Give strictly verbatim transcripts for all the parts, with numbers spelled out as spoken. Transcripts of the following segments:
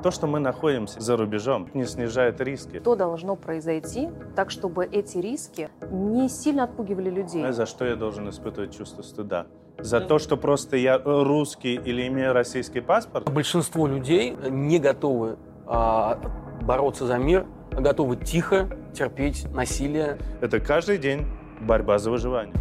То, что мы находимся за рубежом, не снижает риски. Что должно произойти так, чтобы эти риски не сильно отпугивали людей? За что я должен испытывать чувство стыда? За то, что просто я русский или имею российский паспорт? Большинство людей не готовы а, бороться за мир, а готовы тихо терпеть насилие. Это каждый день борьба за выживание.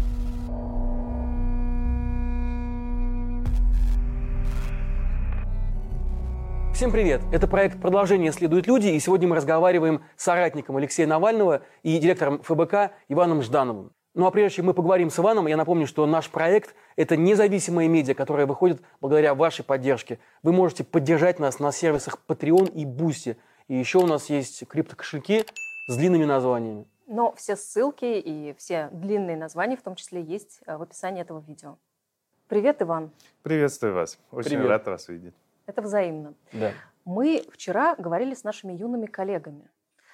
Всем привет! Это проект «Продолжение следуют люди», и сегодня мы разговариваем с соратником Алексея Навального и директором эф бэ ка Иваном Ждановым. Ну а прежде чем мы поговорим с Иваном, я напомню, что наш проект – это независимая медиа, которая выходит благодаря вашей поддержке. Вы можете поддержать нас на сервисах Patreon и Boosty. И еще у нас есть криптокошельки с длинными названиями. Но все ссылки и все длинные названия в том числе есть в описании этого видео. Привет, Иван. Приветствую вас. Очень Привет. рад вас видеть. Это взаимно. Да. Мы вчера говорили с нашими юными коллегами,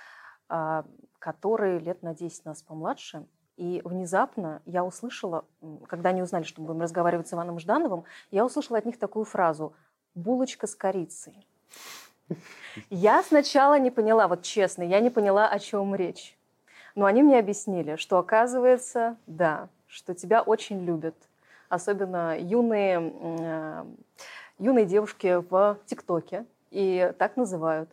которые лет на десять нас помладше. И внезапно я услышала, когда они узнали, что мы будем разговаривать с Иваном Ждановым, я услышала от них такую фразу «булочка с корицей». Я сначала не поняла, вот честно, я не поняла, о чем речь. Но они мне объяснили, что оказывается, да, что тебя очень любят. Особенно юные, юные девушки в ТикТоке. И так называют.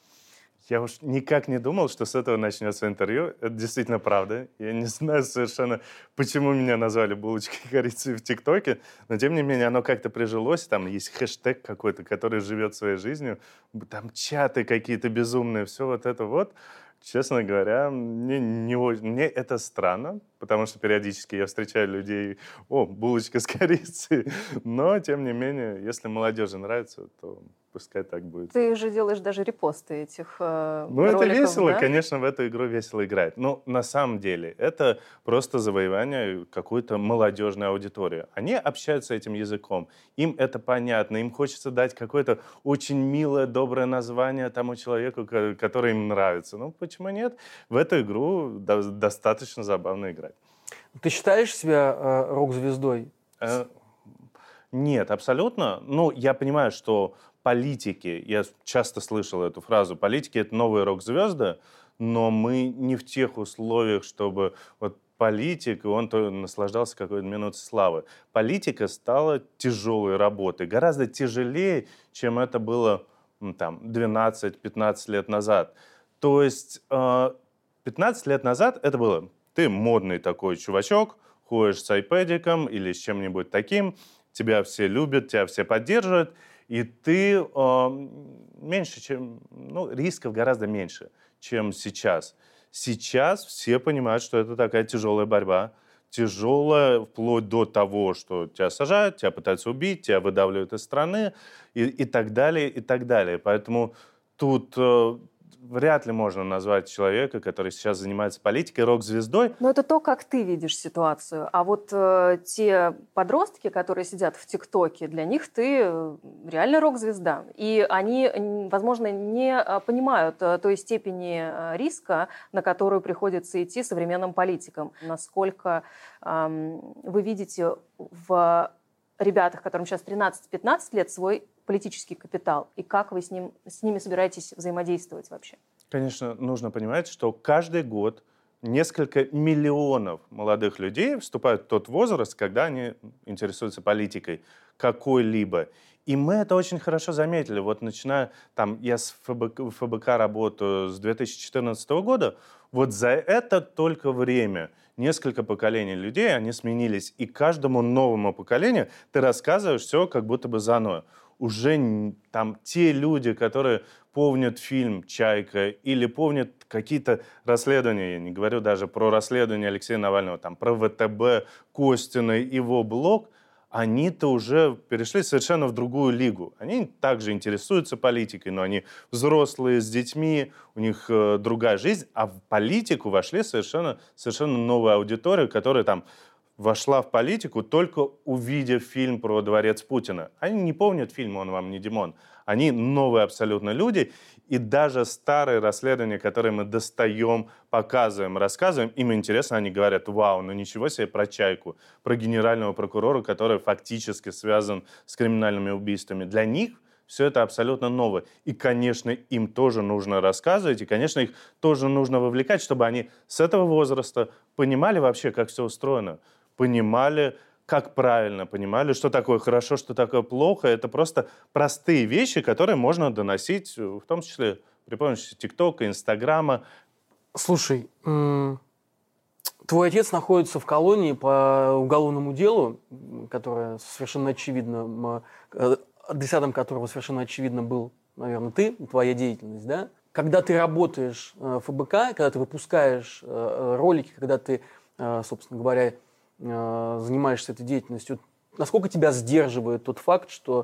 Я уж никак не думал, что с этого начнется интервью. Это действительно правда. Я не знаю совершенно, почему меня назвали булочкой корицей в ТикТоке, но тем не менее оно как-то прижилось. Там есть хэштег какой-то, который живет своей жизнью. Там чаты какие-то безумные, все вот это вот. Честно говоря, мне, не, мне это странно, потому что периодически я встречаю людей, о, булочка с корицей. Но, тем не менее, если молодежи нравится, то пускай так будет. Ты же делаешь даже репосты этих э, ну, роликов, это весело, да? Конечно, в эту игру весело играть. Но на самом деле это просто завоевание какой-то молодежной аудитории. Они общаются этим языком, им это понятно, им хочется дать какое-то очень милое, доброе название тому человеку, который им нравится. Ну, почему нет? В эту игру до- достаточно забавно играть. Ты считаешь себя э, рок-звездой? Э, Нет, абсолютно. Ну, я понимаю, что политики, я часто слышал эту фразу, политики — это новые рок-звезды, но мы не в тех условиях, чтобы вот политик, и он то наслаждался какой-то минутой славы. Политика стала тяжелой работой, гораздо тяжелее, чем это было ну, там, двенадцать-пятнадцать лет назад. То есть э, пятнадцать лет назад это было, ты модный такой чувачок, ходишь с айпэдиком или с чем-нибудь таким, тебя все любят, тебя все поддерживают, и ты э, меньше, чем... Ну, рисков гораздо меньше, чем сейчас. Сейчас все понимают, что это такая тяжелая борьба. Тяжелая вплоть до того, что тебя сажают, тебя пытаются убить, тебя выдавливают из страны и, и так далее, и так далее. Поэтому тут... Э, Вряд ли можно назвать человека, который сейчас занимается политикой, рок-звездой. Но это то, как ты видишь ситуацию. А вот э, те подростки, которые сидят в ТикТоке, для них ты реально рок-звезда. И они, возможно, не понимают той степени риска, на которую приходится идти современным политикам. Насколько э, вы видите в ребятах, которым сейчас тринадцать-пятнадцать лет, свой политический капитал, и как вы с, ним, с ними собираетесь взаимодействовать вообще? Конечно, нужно понимать, что каждый год несколько миллионов молодых людей вступают в тот возраст, когда они интересуются политикой какой-либо. И мы это очень хорошо заметили. Вот начиная, там, я с эф бэ ка работаю с две тысячи четырнадцатого года, вот за это только время несколько поколений людей, они сменились. И каждому новому поколению ты рассказываешь все как будто бы заново. Уже там те люди, которые помнят фильм «Чайка» или помнят какие-то расследования, я не говорю даже про расследование Алексея Навального, там, про вэ тэ бэ, Костина, его блог, они-то уже перешли совершенно в другую лигу. Они также интересуются политикой, но они взрослые, с детьми, у них э, другая жизнь, а в политику вошли совершенно, совершенно новая аудитория, которая там вошла в политику, только увидев фильм про дворец Путина. Они не помнят фильм «Он вам не Димон». Они новые абсолютно люди, и даже старые расследования, которые мы достаем, показываем, рассказываем, им интересно, они говорят: вау, ну ничего себе, про Чайку, про генерального прокурора, который фактически связан с криминальными убийствами. Для них Все это абсолютно новое. И, конечно, им тоже нужно рассказывать, и, конечно, их тоже нужно вовлекать, чтобы они с этого возраста понимали вообще, как все устроено, понимали, как правильно, понимали, что такое хорошо, что такое плохо. Это просто простые вещи, которые можно доносить, в том числе при помощи ТикТока, Инстаграма. Слушай, твой отец находится в колонии по уголовному делу, которое совершенно очевидно, адресатом которого совершенно очевидно был, наверное, ты, твоя деятельность, да? Когда ты работаешь в ФБК, когда ты выпускаешь ролики, когда ты, собственно говоря, занимаешься этой деятельностью, насколько тебя сдерживает тот факт, что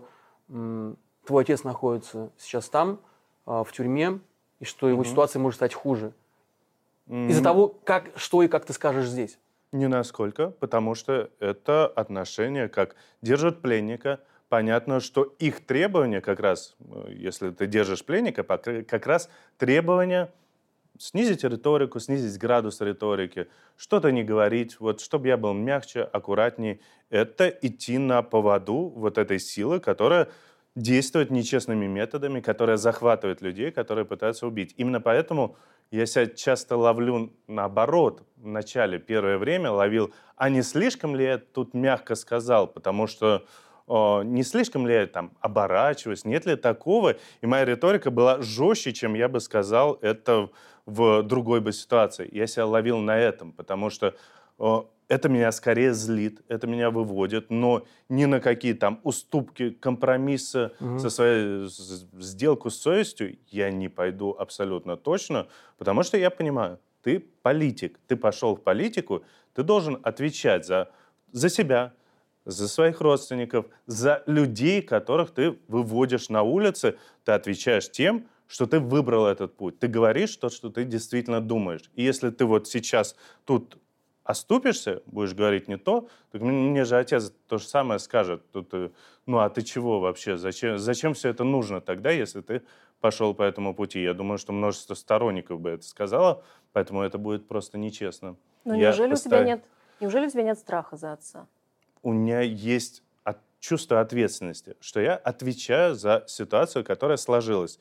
твой отец находится сейчас там, в тюрьме, и что его mm-hmm. ситуация может стать хуже? Mm-hmm. Из-за того, как, что и как ты скажешь здесь. Не насколько, потому что это отношение, как держат пленника. Понятно, что их требования как раз, если ты держишь пленника, как раз требования снизить риторику, снизить градус риторики, что-то не говорить, вот, чтобы я был мягче, аккуратнее. Это идти на поводу вот этой силы, которая действует нечестными методами, которая захватывает людей, которые пытаются убить. Именно поэтому я себя часто ловлю наоборот. В начале, первое время ловил, а не слишком ли я тут мягко сказал, потому что о, не слишком ли я там оборачиваюсь, нет ли такого. И моя риторика была жестче, чем я бы сказал это в другой бы ситуации. Я себя ловил на этом, потому что о, это меня скорее злит, это меня выводит, но ни на какие там уступки, компромиссы, угу. со своей сделку с совестью я не пойду абсолютно точно, потому что я понимаю, ты политик, ты пошел в политику, ты должен отвечать за, за себя, за своих родственников, за людей, которых ты выводишь на улицы, ты отвечаешь тем, что ты выбрал этот путь. Ты говоришь то, что ты действительно думаешь. И если ты вот сейчас тут оступишься, будешь говорить не то, так мне же отец то же самое скажет. Тут, ну а ты чего вообще? Зачем, зачем все это нужно тогда, если ты пошел по этому пути? Я думаю, что множество сторонников бы это сказало, поэтому это будет просто нечестно. Но неужели, постар... у тебя нет, неужели у тебя нет страха за отца? У меня есть от... чувство ответственности, что я отвечаю за ситуацию, которая сложилась.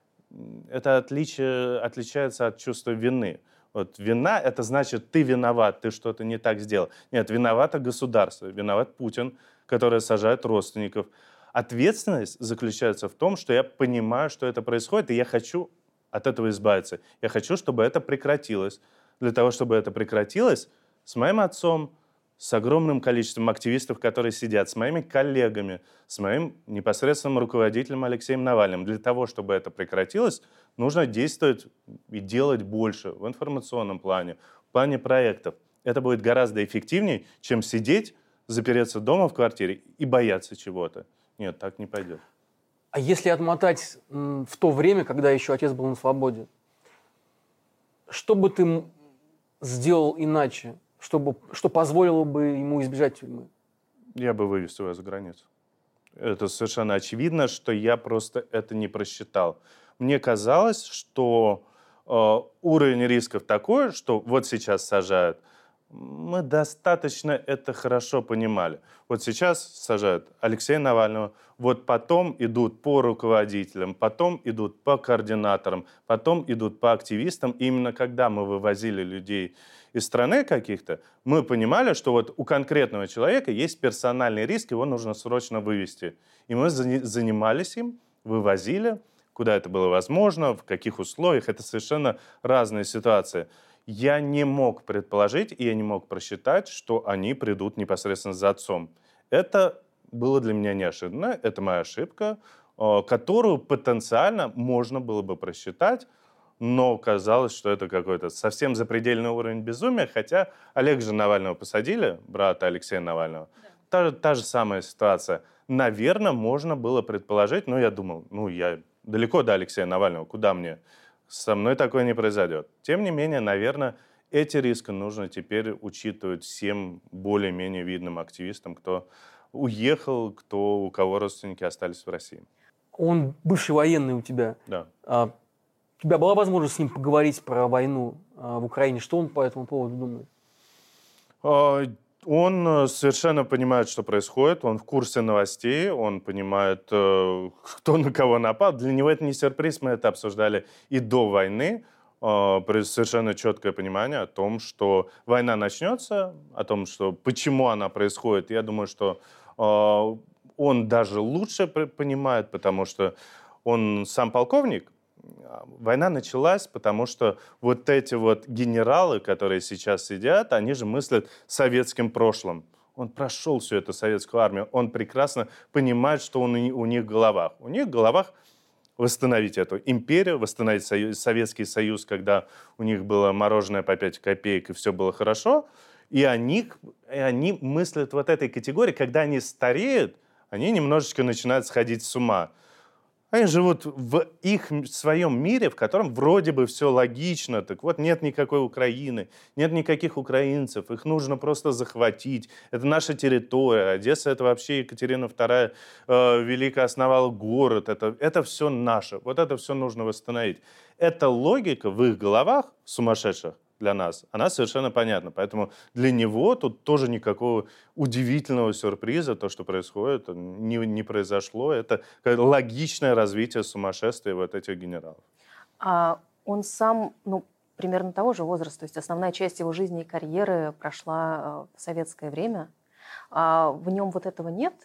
Это отличие, отличается от чувства вины. Вот вина — это значит, ты виноват, ты что-то не так сделал. Нет, виновато государство, виноват Путин, который сажает родственников. Ответственность заключается в том, что я понимаю, что это происходит, и я хочу от этого избавиться. Я хочу, чтобы это прекратилось. Для того, чтобы это прекратилось, с моим отцом, с огромным количеством активистов, которые сидят, с моими коллегами, с моим непосредственным руководителем Алексеем Навальным. Для того, чтобы это прекратилось, нужно действовать и делать больше в информационном плане, в плане проектов. Это будет гораздо эффективнее, чем сидеть, запереться дома в квартире и бояться чего-то. Нет, так не пойдет. А если отмотать в то время, когда еще отец был на свободе, что бы ты сделал иначе, чтобы, что позволило бы ему избежать тюрьмы? Я бы вывез его за границу. Это совершенно очевидно, что я просто это не просчитал. Мне казалось, что э, уровень рисков такой, что вот сейчас сажают. Мы достаточно это хорошо понимали. Вот сейчас сажают Алексея Навального, вот потом идут по руководителям, потом идут по координаторам, потом идут по активистам. И именно когда мы вывозили людей из страны каких-то, мы понимали, что вот у конкретного человека есть персональный риск, его нужно срочно вывести. И мы занимались им, вывозили, куда это было возможно, в каких условиях. Это совершенно разные ситуации. Я не мог предположить, и я не мог просчитать, что они придут непосредственно за отцом. Это было для меня неожиданно, это моя ошибка, которую потенциально можно было бы просчитать, но казалось, что это какой-то совсем запредельный уровень безумия, хотя Олега же Навального посадили, брата Алексея Навального. Да. Та, та же самая ситуация. Наверное, можно было предположить, но я думал, ну, я далеко до Алексея Навального, куда мне? Со мной такое не произойдет. Тем не менее, наверное, эти риски нужно теперь учитывать всем более-менее видным активистам, кто уехал, кто, у кого родственники остались в России. Он бывший военный у тебя. Да. А, у тебя была возможность с ним поговорить про войну а, в Украине? Что он по этому поводу думает? А, Он совершенно понимает, что происходит, он в курсе новостей, он понимает, кто на кого напал. Для него это не сюрприз, мы это обсуждали и до войны. Совершенно четкое понимание о том, что война начнется, о том, что почему она происходит. Я думаю, что он даже лучше понимает, потому что он сам полковник. Война началась, потому что вот эти вот генералы, которые сейчас сидят, они же мыслят советским прошлым. Он прошел всю эту советскую армию, он прекрасно понимает, что он у них в головах. У них в головах восстановить эту империю, восстановить союз, Советский Союз, когда у них было мороженое по пять копеек и все было хорошо. И они, и они мыслят вот этой категории, когда они стареют, они немножечко начинают сходить с ума. Они живут в их в своем мире, в котором вроде бы все логично. Так вот, нет никакой Украины, нет никаких украинцев. Их нужно просто захватить. Это наша территория. Одесса — это вообще Екатерина вторая э, Великая основала город. Это, это все наше. Вот это все нужно восстановить. Эта логика в их головах, сумасшедших для нас, она совершенно понятна. Поэтому для него тут тоже никакого удивительного сюрприза, то, что происходит, не, не произошло. Это логичное развитие сумасшествия вот этих генералов. А он сам, ну, примерно того же возраста, то есть основная часть его жизни и карьеры прошла в советское время. А в нем вот этого нет,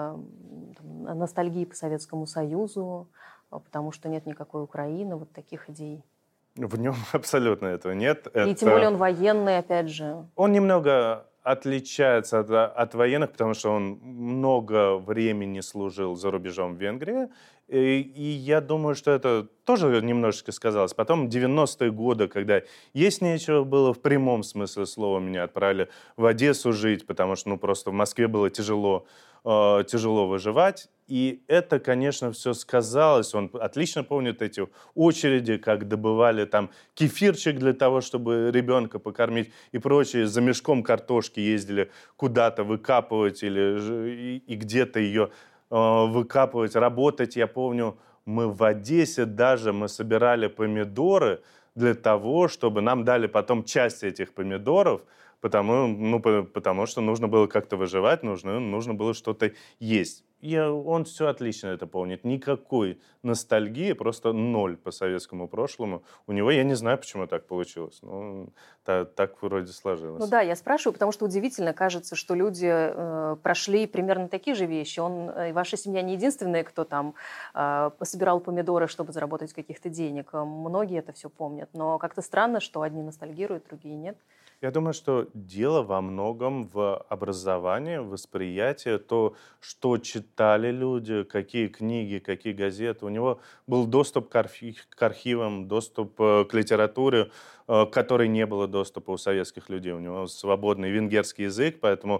ностальгии по Советскому Союзу, потому что нет никакой Украины, вот таких идей. В нем абсолютно этого нет. И это... тем более он военный, опять же. Он немного отличается от, от военных, потому что он много времени служил за рубежом в Венгрии. И, и я думаю, что это тоже немножечко сказалось. Потом девяностые годы, когда есть нечего было, в прямом смысле слова меня отправили в Одессу жить, потому что ну, просто в Москве было тяжело, э, тяжело выживать. И это, конечно, все сказалось. Он отлично помнит эти очереди, как добывали там кефирчик для того, чтобы ребенка покормить и прочее. За мешком картошки ездили куда-то выкапывать или, и, и где-то ее э, выкапывать, работать. Я помню, мы в Одессе даже мы собирали помидоры для того, чтобы нам дали потом часть этих помидоров, потому, ну, потому что нужно было как-то выживать, нужно, нужно было что-то есть. Я, он все отлично это помнит. Никакой ностальгии, просто ноль по советскому прошлому. У него, я не знаю, почему так получилось. Ну, та, так вроде сложилось. Ну да, я спрашиваю, потому что удивительно кажется, что люди э, прошли примерно такие же вещи. Он, э, ваша семья не единственная, кто там э, пособирал помидоры, чтобы заработать каких-то денег. Многие это все помнят. Но как-то странно, что одни ностальгируют, другие нет. Я думаю, что дело во многом в образовании, в восприятии, то, что читали люди, какие книги, какие газеты. У него был доступ к, архи- к архивам, доступ к литературе, к которой не было доступа у советских людей. У него свободный венгерский язык, поэтому,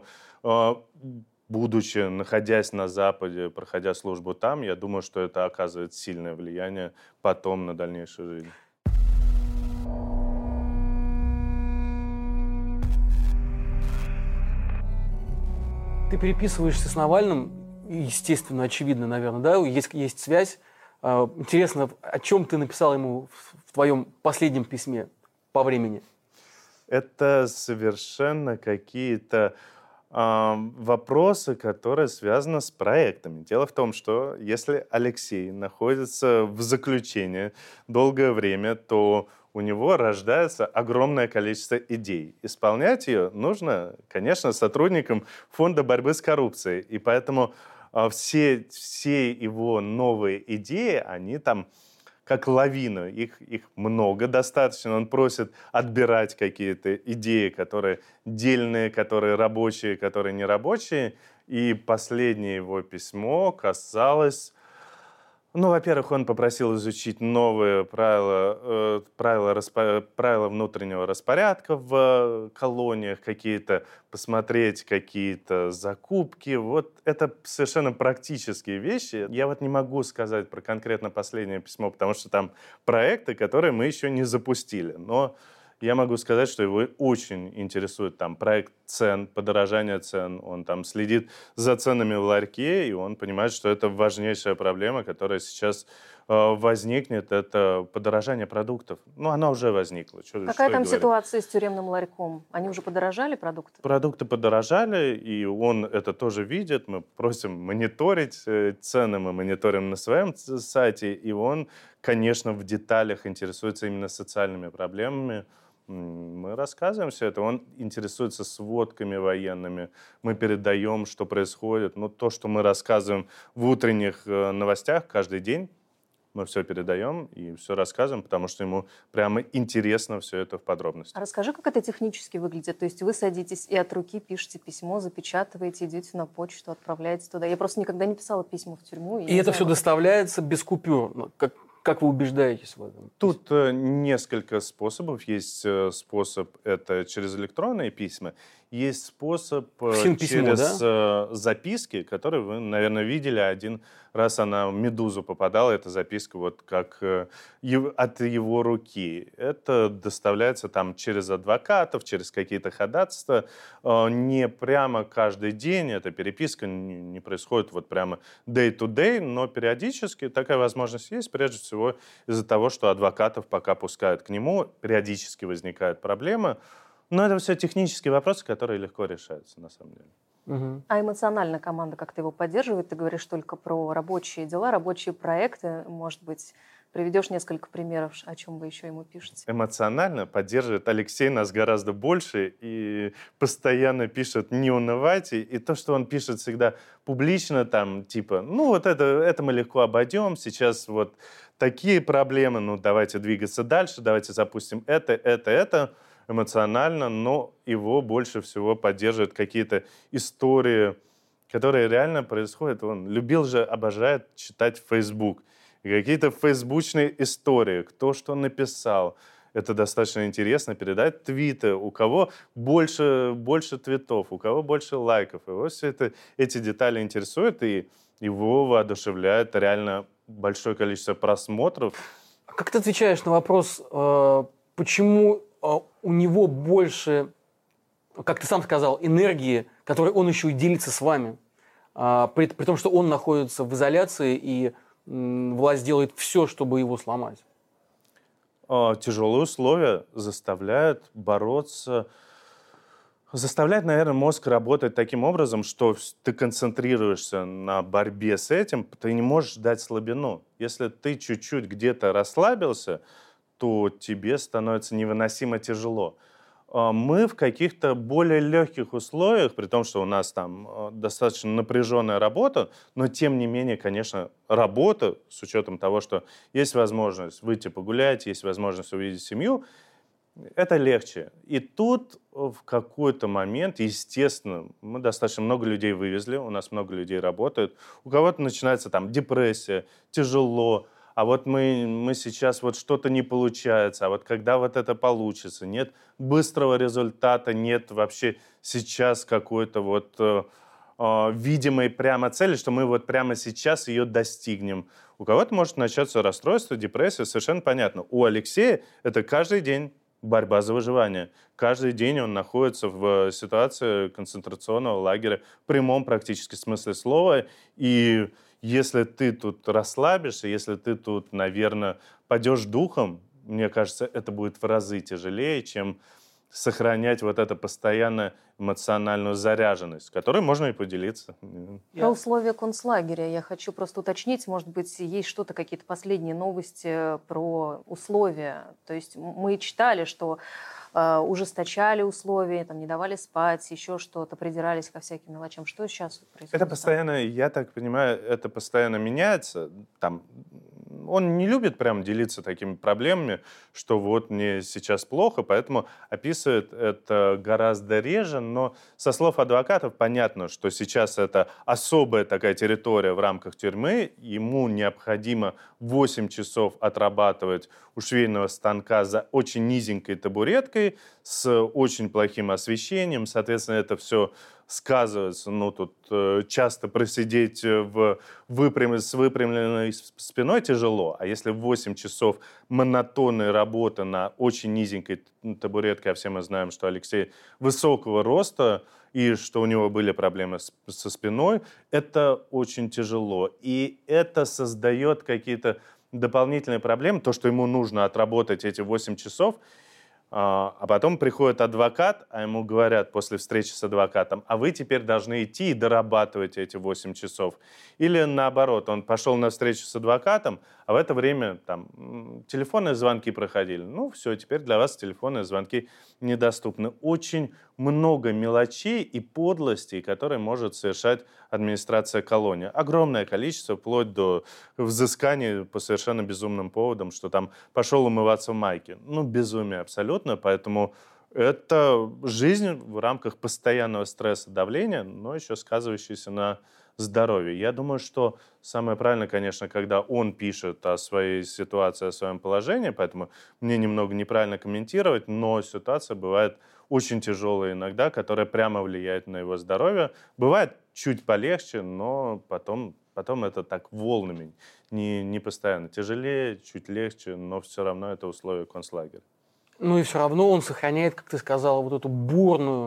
будучи, находясь на Западе, проходя службу там, я думаю, что это оказывает сильное влияние потом на дальнейшую жизнь. Ты переписываешься с Навальным, естественно, очевидно, наверное, да, есть, есть связь. Интересно, о чем ты написал ему в твоем последнем письме по времени? Это совершенно какие-то э, вопросы, которые связаны с проектами. Дело в том, что если Алексей находится в заключении долгое время, то у него рождается огромное количество идей. Исполнять ее нужно, конечно, сотрудникам Фонда борьбы с коррупцией. И поэтому э, все, все его новые идеи, они там как лавина. Их, их много достаточно. Он просит отбирать какие-то идеи, которые дельные, которые рабочие, которые нерабочие. И последнее его письмо касалось... Ну, во-первых, он попросил изучить новые правила, э, правила, распо, правила внутреннего распорядка в колониях, какие-то, посмотреть какие-то закупки. Вот это совершенно практические вещи. Я вот не могу сказать про конкретно последнее письмо, потому что там проекты, которые мы еще не запустили. Но я могу сказать, что его очень интересует там проект цен, подорожание цен. Он там следит за ценами в ларьке, и он понимает, что это важнейшая проблема, которая сейчас возникнет, это подорожание продуктов. Ну, оно уже возникло. Что, Какая что там ситуация с тюремным ларьком? Они уже подорожали, продукты? Продукты подорожали, и он это тоже видит. Мы просим мониторить цены, мы мониторим на своем сайте, и он, конечно, в деталях интересуется именно социальными проблемами. Мы рассказываем все это. Он интересуется сводками военными. Мы передаем, что происходит. Но то, что мы рассказываем в утренних новостях каждый день, мы все передаем и все рассказываем, потому что ему прямо интересно все это в подробностях. А расскажи, как это технически выглядит. То есть вы садитесь и от руки пишете письмо, запечатываете, идете на почту, отправляете туда. Я просто никогда не писала письма в тюрьму. И, и это знаю, все доставляется без купюр. Как, как вы убеждаетесь в этом? Тут э, несколько способов. Есть э, способ, это через электронные письма. Есть способ э, письмо, через да? э, записки, которые вы, наверное, видели. Один раз она в «Медузу» попадала, эта записка вот как э, ев, от его руки. Это доставляется там через адвокатов, через какие-то ходатайства. Э, не прямо каждый день. Эта переписка не, не происходит вот прямо day-to-day, но периодически такая возможность есть. Прежде всего из-за того, что адвокатов пока пускают к нему. Периодически возникают проблемы. Но это все технические вопросы, которые легко решаются, на самом деле. Угу. А эмоционально команда как-то его поддерживает? Ты говоришь только про рабочие дела, рабочие проекты. Может быть, приведешь несколько примеров, о чем вы еще ему пишете? Эмоционально поддерживает Алексей нас гораздо больше и постоянно пишет «не унывайте». И то, что он пишет всегда публично, там, типа, ну вот это, это мы легко обойдем, сейчас вот такие проблемы, ну давайте двигаться дальше, давайте запустим это, это, это. Эмоционально, но его больше всего поддерживают какие-то истории, которые реально происходят. Он любил же, обожает читать Facebook. И какие-то фейсбучные истории, кто что написал. Это достаточно интересно передать. Твиты, у кого больше, больше твитов, у кого больше лайков. Его все это, эти детали интересуют, и его воодушевляет реально большое количество просмотров. Как ты отвечаешь на вопрос, почему у него больше, как ты сам сказал, энергии, которой он еще и делится с вами, при, при том, что он находится в изоляции, и власть делает все, чтобы его сломать? Тяжелые условия заставляют бороться, заставляют, наверное, мозг работать таким образом, что ты концентрируешься на борьбе с этим, ты не можешь дать слабину. Если ты чуть-чуть где-то расслабился, то тебе становится невыносимо тяжело. Мы в каких-то более легких условиях, при том, что у нас там достаточно напряженная работа, но тем не менее, конечно, работа, с учетом того, что есть возможность выйти погулять, есть возможность увидеть семью, это легче. И тут в какой-то момент, естественно, мы достаточно много людей вывезли, у нас много людей работает, у кого-то начинается там депрессия, тяжело, а вот мы, мы сейчас вот что-то не получается, а вот когда вот это получится, нет быстрого результата, нет вообще сейчас какой-то вот э, э, видимой прямо цели, что мы вот прямо сейчас ее достигнем. У кого-то может начаться расстройство, депрессия, совершенно понятно. У Алексея это каждый день борьба за выживание. Каждый день он находится в ситуации концентрационного лагеря в прямом практически смысле слова, и если ты тут расслабишься, если ты тут, наверное, падешь духом, мне кажется, это будет в разы тяжелее, чем сохранять вот эту постоянно эмоциональную заряженность, которой можно и поделиться. Про условия концлагеря я хочу просто уточнить. Может быть, есть что-то, какие-то последние новости про условия. То есть мы читали, что э, ужесточали условия, там, не давали спать, еще что-то, придирались ко всяким мелочам. Что сейчас происходит? Это постоянно, я так понимаю, это постоянно меняется. Там, он не любит прям делиться такими проблемами, что вот мне сейчас плохо, поэтому описывает это гораздо реже, но со слов адвокатов понятно, что сейчас это особая такая территория в рамках тюрьмы, ему необходимо восемь часов отрабатывать у швейного станка за очень низенькой табуреткой, с очень плохим освещением, соответственно, это все сказывается, ну, тут э, часто просидеть в выпрям... с выпрямленной спиной тяжело, а если восемь часов монотонной работы на очень низенькой табуретке, а все мы знаем, что Алексей высокого роста и что у него были проблемы с... со спиной, это очень тяжело. И это создает какие-то дополнительная проблема, то, что ему нужно отработать эти восемь часов, а потом приходит адвокат, а ему говорят после встречи с адвокатом, а вы теперь должны идти и дорабатывать эти восемь часов. Или наоборот, он пошел на встречу с адвокатом, а в это время там телефонные звонки проходили. Ну все, теперь для вас телефонные звонки недоступны. Очень много мелочей и подлостей, которые может совершать администрация колонии. Огромное количество, вплоть до взыскания по совершенно безумным поводам, что там пошел умываться в майке. Ну, безумие абсолютно, поэтому это жизнь в рамках постоянного стресса, давления, но еще сказывающаяся на здоровье. Я думаю, что самое правильное, конечно, когда он пишет о своей ситуации, о своем положении, поэтому мне немного неправильно комментировать, но ситуация бывает очень тяжелая иногда, которая прямо влияет на его здоровье. Бывает чуть полегче, но потом, потом это так волнами, не, не постоянно. Тяжелее, чуть легче, но все равно это условия концлагеря. Ну и все равно он сохраняет, как ты сказала, вот эту бурную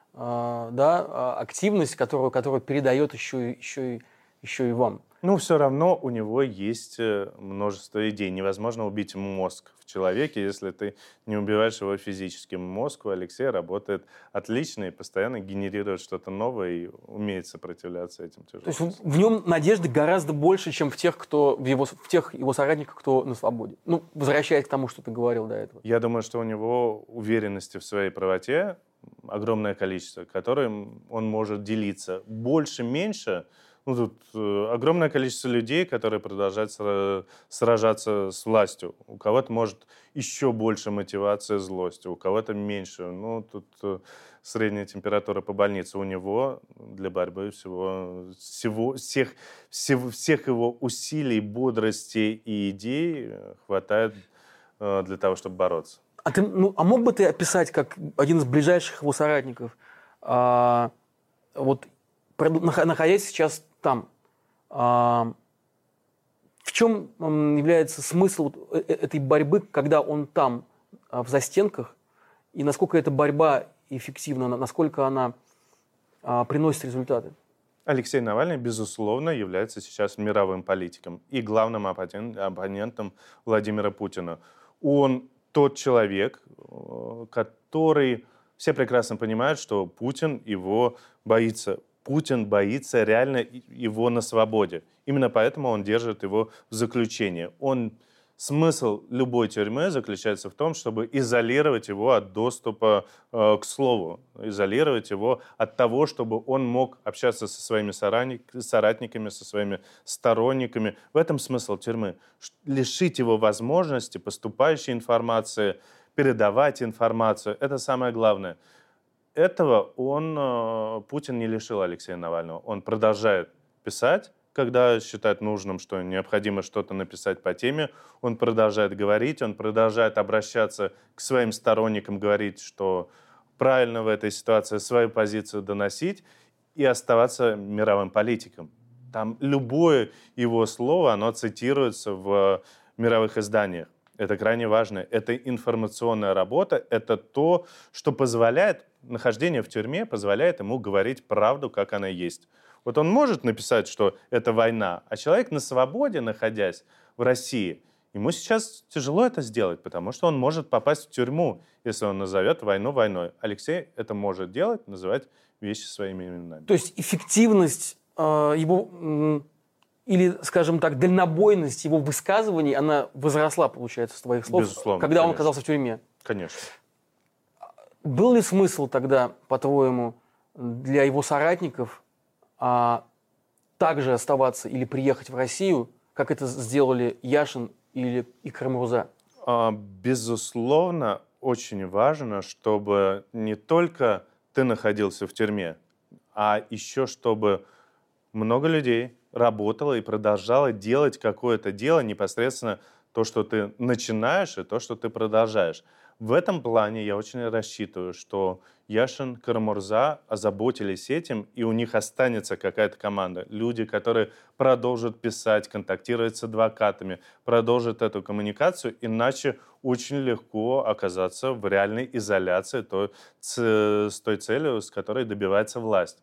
э, да, активность, которую, которую передает еще, еще, еще и вам. Ну, все равно у него есть множество идей. Невозможно убить мозг в человеке, если ты не убиваешь его физически. Мозг у Алексея работает отлично и постоянно генерирует что-то новое и умеет сопротивляться этим тяжелым. То есть в нем надежды гораздо больше, чем в тех, кто, в его, в тех его соратниках, кто на свободе. Ну, возвращаясь к тому, что ты говорил до этого. Я думаю, что у него уверенности в своей правоте огромное количество, которым он может делиться. Больше-меньше. Ну, тут э, огромное количество людей, которые продолжают сра- сражаться с властью. У кого-то, может, еще больше мотивации злости, у кого-то меньше. Ну, тут э, средняя температура по больнице. У него для борьбы всего, всего, всех, всего, всех его усилий, бодрости и идей хватает э, для того, чтобы бороться. А, ты, ну, а мог бы ты описать, как один из ближайших его соратников, а, вот, находясь сейчас там, а, в чем является смысл этой борьбы, когда он там, в застенках, и насколько эта борьба эффективна, насколько она а, приносит результаты? Алексей Навальный, безусловно, является сейчас мировым политиком и главным оппонентом Владимира Путина. Он тот человек, который... Все прекрасно понимают, что Путин его боится. Путин боится реально его на свободе. Именно поэтому он держит его в заключении. Он, смысл любой тюрьмы заключается в том, чтобы изолировать его от доступа э, к слову, изолировать его от того, чтобы он мог общаться со своими соратниками, со своими сторонниками. В этом смысл тюрьмы. Лишить его возможности поступающей информации, передавать информацию. Это самое главное. Этого он, Путин не лишил Алексея Навального. Он продолжает писать, когда считает нужным, что необходимо что-то написать по теме. Он продолжает говорить, он продолжает обращаться к своим сторонникам, говорить, что правильно в этой ситуации свою позицию доносить и оставаться мировым политиком. Там любое его слово, оно цитируется в мировых изданиях. Это крайне важно. Это информационная работа, это то, что позволяет, нахождение в тюрьме позволяет ему говорить правду, как она есть. Вот он может написать, что это война, а человек на свободе, находясь в России, ему сейчас тяжело это сделать, потому что он может попасть в тюрьму, если он назовет войну войной. Алексей это может делать, называть вещи своими именами. То есть эффективность э, его... Э... Или, скажем так, дальнобойность его высказываний, она возросла, получается, с твоих слов, безусловно, когда конечно. Он оказался в тюрьме. Конечно. Был ли смысл тогда, по-твоему, для его соратников а, также оставаться или приехать в Россию, как это сделали Яшин или и Карамурза? А, безусловно, очень важно, чтобы не только ты находился в тюрьме, а еще чтобы много людей работала и продолжала делать какое-то дело, непосредственно то, что ты начинаешь, и то, что ты продолжаешь. В этом плане я очень рассчитываю, что Яшин, Карамурза озаботились этим, и у них останется какая-то команда. Люди, которые продолжат писать, контактировать с адвокатами, продолжат эту коммуникацию, иначе очень легко оказаться в реальной изоляции той, с той целью, с которой добивается власть.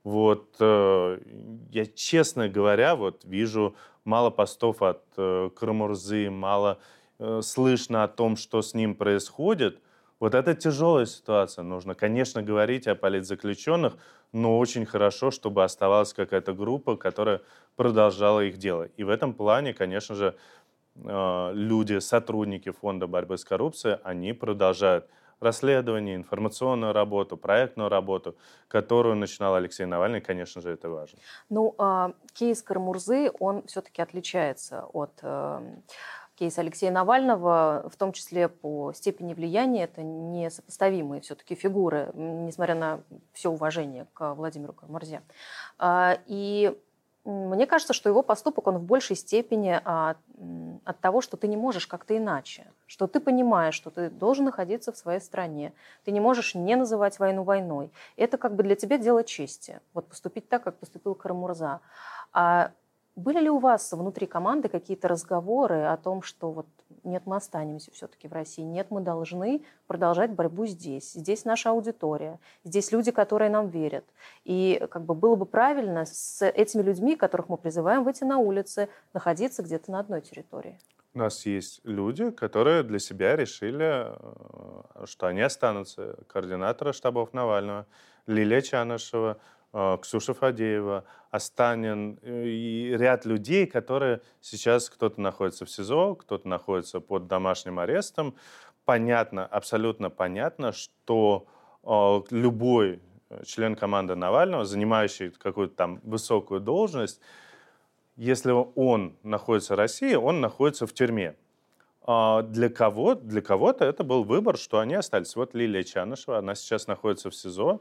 Вот э, я, честно говоря, вот вижу мало постов от э, Карамурзы, мало э, слышно о том, что с ним происходит. Вот это тяжелая ситуация. Нужно, конечно, говорить о политзаключенных, но очень хорошо, чтобы оставалась какая-то группа, которая продолжала их дело. И в этом плане, конечно же, э, люди, сотрудники Фонда борьбы с коррупцией, они продолжают расследование, информационную работу, проектную работу, которую начинал Алексей Навальный, конечно же, это важно. Ну, а кейс Карамурзы, он все-таки отличается от э, кейса Алексея Навального, в том числе по степени влияния. Это несопоставимые все-таки фигуры, несмотря на все уважение к Владимиру Карамурзе. А, и мне кажется, что его поступок, он в большей степени от, от того, что ты не можешь как-то иначе. Что ты понимаешь, что ты должен находиться в своей стране. Ты не можешь не называть войну войной. Это как бы для тебя дело чести. Вот поступить так, как поступил Карамурза. А были ли у вас внутри команды какие-то разговоры о том, что вот нет, мы останемся все-таки в России, нет, мы должны продолжать борьбу здесь, здесь наша аудитория, здесь люди, которые нам верят. И как бы было бы правильно с этими людьми, которых мы призываем выйти на улицы, находиться где-то на одной территории? У нас есть люди, которые для себя решили, что они останутся. Координатора штабов Навального, Лилия Чанышева, Ксюша Фадеева, Астанин и ряд людей, которые сейчас кто-то находится в СИЗО, кто-то находится под домашним арестом. Понятно, абсолютно понятно, что э, любой член команды Навального, занимающий какую-то там высокую должность, если он находится в России, он находится в тюрьме. А для кого, для кого-то это был выбор, что они остались. Вот Лилия Чанышева, она сейчас находится в СИЗО.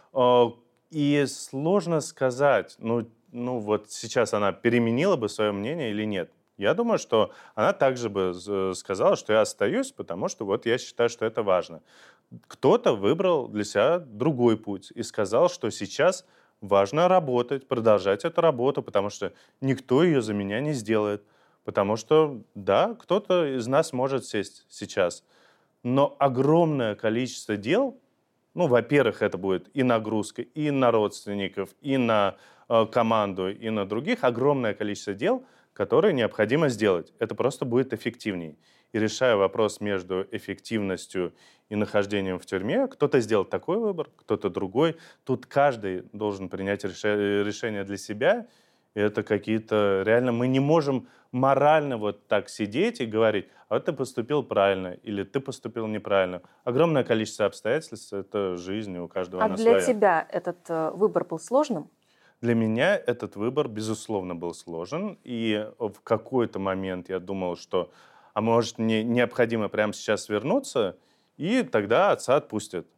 И сложно сказать, ну, ну вот сейчас она переменила бы свое мнение или нет. Я думаю, что она также бы сказала, что я остаюсь, потому что вот я считаю, что это важно. Кто-то выбрал для себя другой путь и сказал, что сейчас важно работать, продолжать эту работу, потому что никто ее за меня не сделает. Потому что, да, кто-то из нас может сесть сейчас. Но огромное количество дел, ну, во-первых, это будет и нагрузка, и на родственников, и на э, команду, и на других. Огромное количество дел, которые необходимо сделать. Это просто будет эффективней. И решая вопрос между эффективностью и нахождением в тюрьме, кто-то сделал такой выбор, кто-то другой. Тут каждый должен принять решение для себя. И это какие-то... Реально мы не можем морально вот так сидеть и говорить, а вот ты поступил правильно или ты поступил неправильно. Огромное количество обстоятельств — это жизнь, у каждого а она своя. А своя. для тебя этот э, выбор был сложным? Для меня этот выбор, безусловно, был сложен. И в какой-то момент я думал, что, а может, мне необходимо прямо сейчас вернуться, и тогда отца отпустят.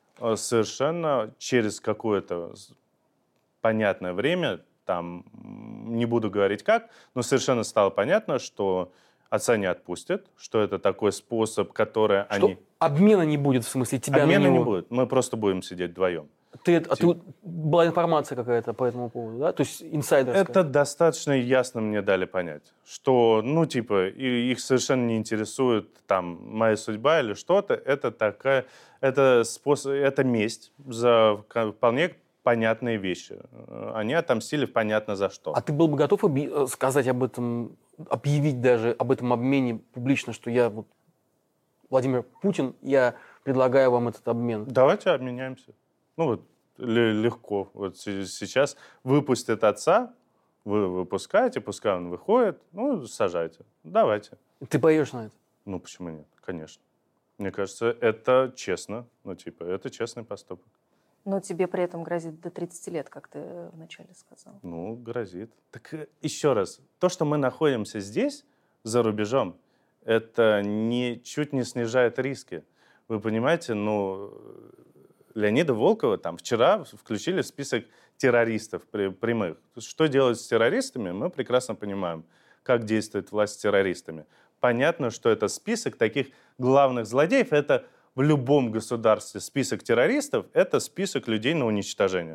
Совершенно через какое-то понятное время, там, не буду говорить как, но совершенно стало понятно, что отца не отпустят, что это такой способ, который что они... обмена не будет, в смысле тебя Обмена на него... не будет, мы просто будем сидеть вдвоем. Ты, а ты, была информация какая-то по этому поводу, да? То есть инсайдерская? Это достаточно ясно мне дали понять, что, ну, типа, их совершенно не интересует там моя судьба или что-то. Это такая, это способ, это месть за вполне понятные вещи. Они отомстили понятно за что. А ты был бы готов оби- сказать об этом, объявить даже об этом обмене публично, что я вот Владимир Путин, я предлагаю вам этот обмен? Давайте обменяемся. Ну вот легко. Вот сейчас выпустят отца, вы выпускаете, пускай он выходит, ну сажайте. Давайте. Ты пойдешь на это? Ну почему нет? Конечно. Мне кажется, это честно. Ну типа, это честный поступок. Но тебе при этом грозит до тридцати лет, как ты вначале сказал. Ну, грозит. Так еще раз, то, что мы находимся здесь, за рубежом, это ничуть не снижает риски. Вы понимаете, ну, Леонида Волкова там вчера включили в список террористов прямых. Что делать с террористами, мы прекрасно понимаем, как действует власть с террористами. Понятно, что это список таких главных злодеев, это в любом государстве список террористов – это список людей на уничтожение.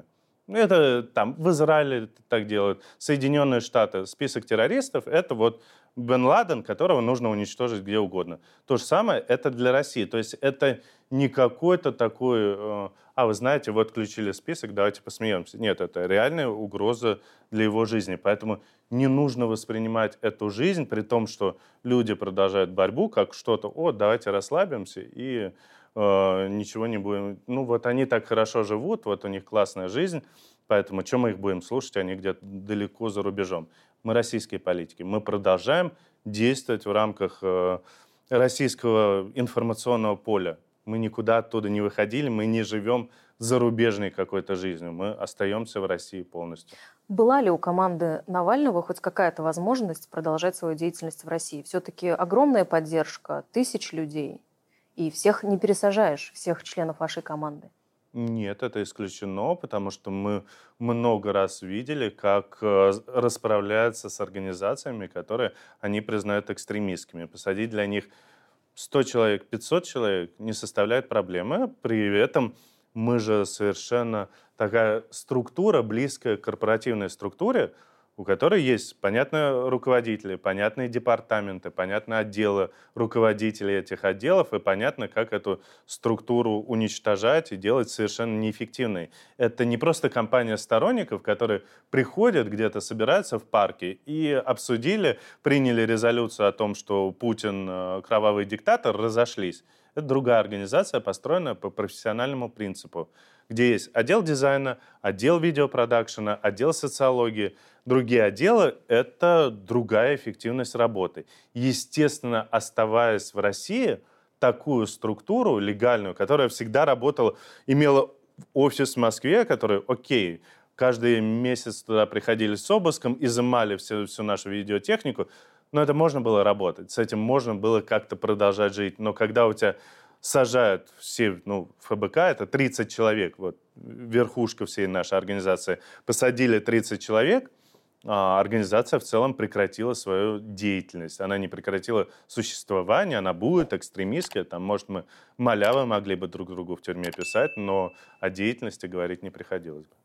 Это там в Израиле так делают, Соединенные Штаты. Список террористов — это вот Бен Ладен, которого нужно уничтожить где угодно. То же самое это для России. То есть это не какой-то такой, э, а вы знаете, вот включили список, давайте посмеемся. Нет, это реальная угроза для его жизни. Поэтому не нужно воспринимать эту жизнь, при том, что люди продолжают борьбу, как что-то, о, давайте расслабимся и э, ничего не будем. Ну вот они так хорошо живут, вот у них классная жизнь, поэтому что мы их будем слушать, они где-то далеко за рубежом. Мы российские политики, мы продолжаем действовать в рамках э, российского информационного поля. Мы никуда оттуда не выходили, мы не живем зарубежной какой-то жизнью, мы остаемся в России полностью. Была ли у команды Навального хоть какая-то возможность продолжать свою деятельность в России? Все-таки огромная поддержка, тысяч людей, и всех не пересажаешь, всех членов вашей команды. Нет, это исключено, потому что мы много раз видели, как э, расправляются с организациями, которые они признают экстремистскими. Посадить для них сто человек, пятьсот человек не составляет проблемы. При этом мы же совершенно такая структура, близкая к корпоративной структуре, у которой есть понятные руководители, понятные департаменты, понятные отделы руководителей этих отделов, и понятно, как эту структуру уничтожать и делать совершенно неэффективной. Это не просто компания сторонников, которые приходят где-то, собираются в парке и обсудили, приняли резолюцию о том, что Путин кровавый диктатор, разошлись. Это другая организация, построенная по профессиональному принципу, где есть отдел дизайна, отдел видеопродакшена, отдел социологии. Другие отделы — это другая эффективность работы. Естественно, оставаясь в России, такую структуру легальную, которая всегда работала, имела офис в Москве, который, окей, каждый месяц туда приходили с обыском, изымали всю, всю нашу видеотехнику, но это можно было работать, с этим можно было как-то продолжать жить. Но когда у тебя сажают все, ну, ФБК, это тридцать человек, вот, верхушка всей нашей организации, посадили тридцать человек, а организация в целом прекратила свою деятельность. Она не прекратила существование, она будет экстремистская, там, может, мы малявы могли бы друг другу в тюрьме писать, но о деятельности говорить не приходилось бы.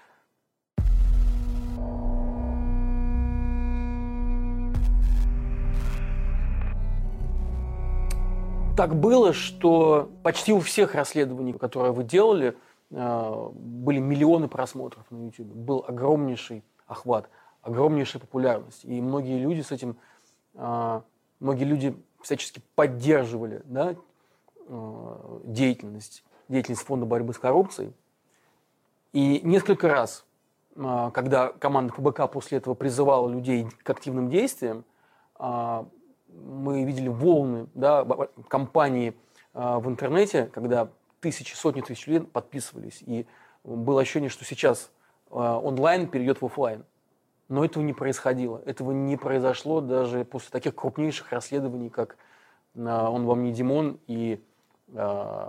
Так было, что почти у всех расследований, которые вы делали, были миллионы просмотров на YouTube. Был огромнейший охват, огромнейшая популярность. И многие люди с этим, многие люди всячески поддерживали, да, деятельность, деятельность Фонда борьбы с коррупцией. И несколько раз, когда команда ФБК после этого призывала людей к активным действиям, мы видели волны, да, кампании э, в интернете, когда тысячи, сотни тысяч людей подписывались. И было ощущение, что сейчас э, онлайн перейдет в офлайн. Но этого не происходило. Этого не произошло даже после таких крупнейших расследований, как э, «Он вам не Димон» и э,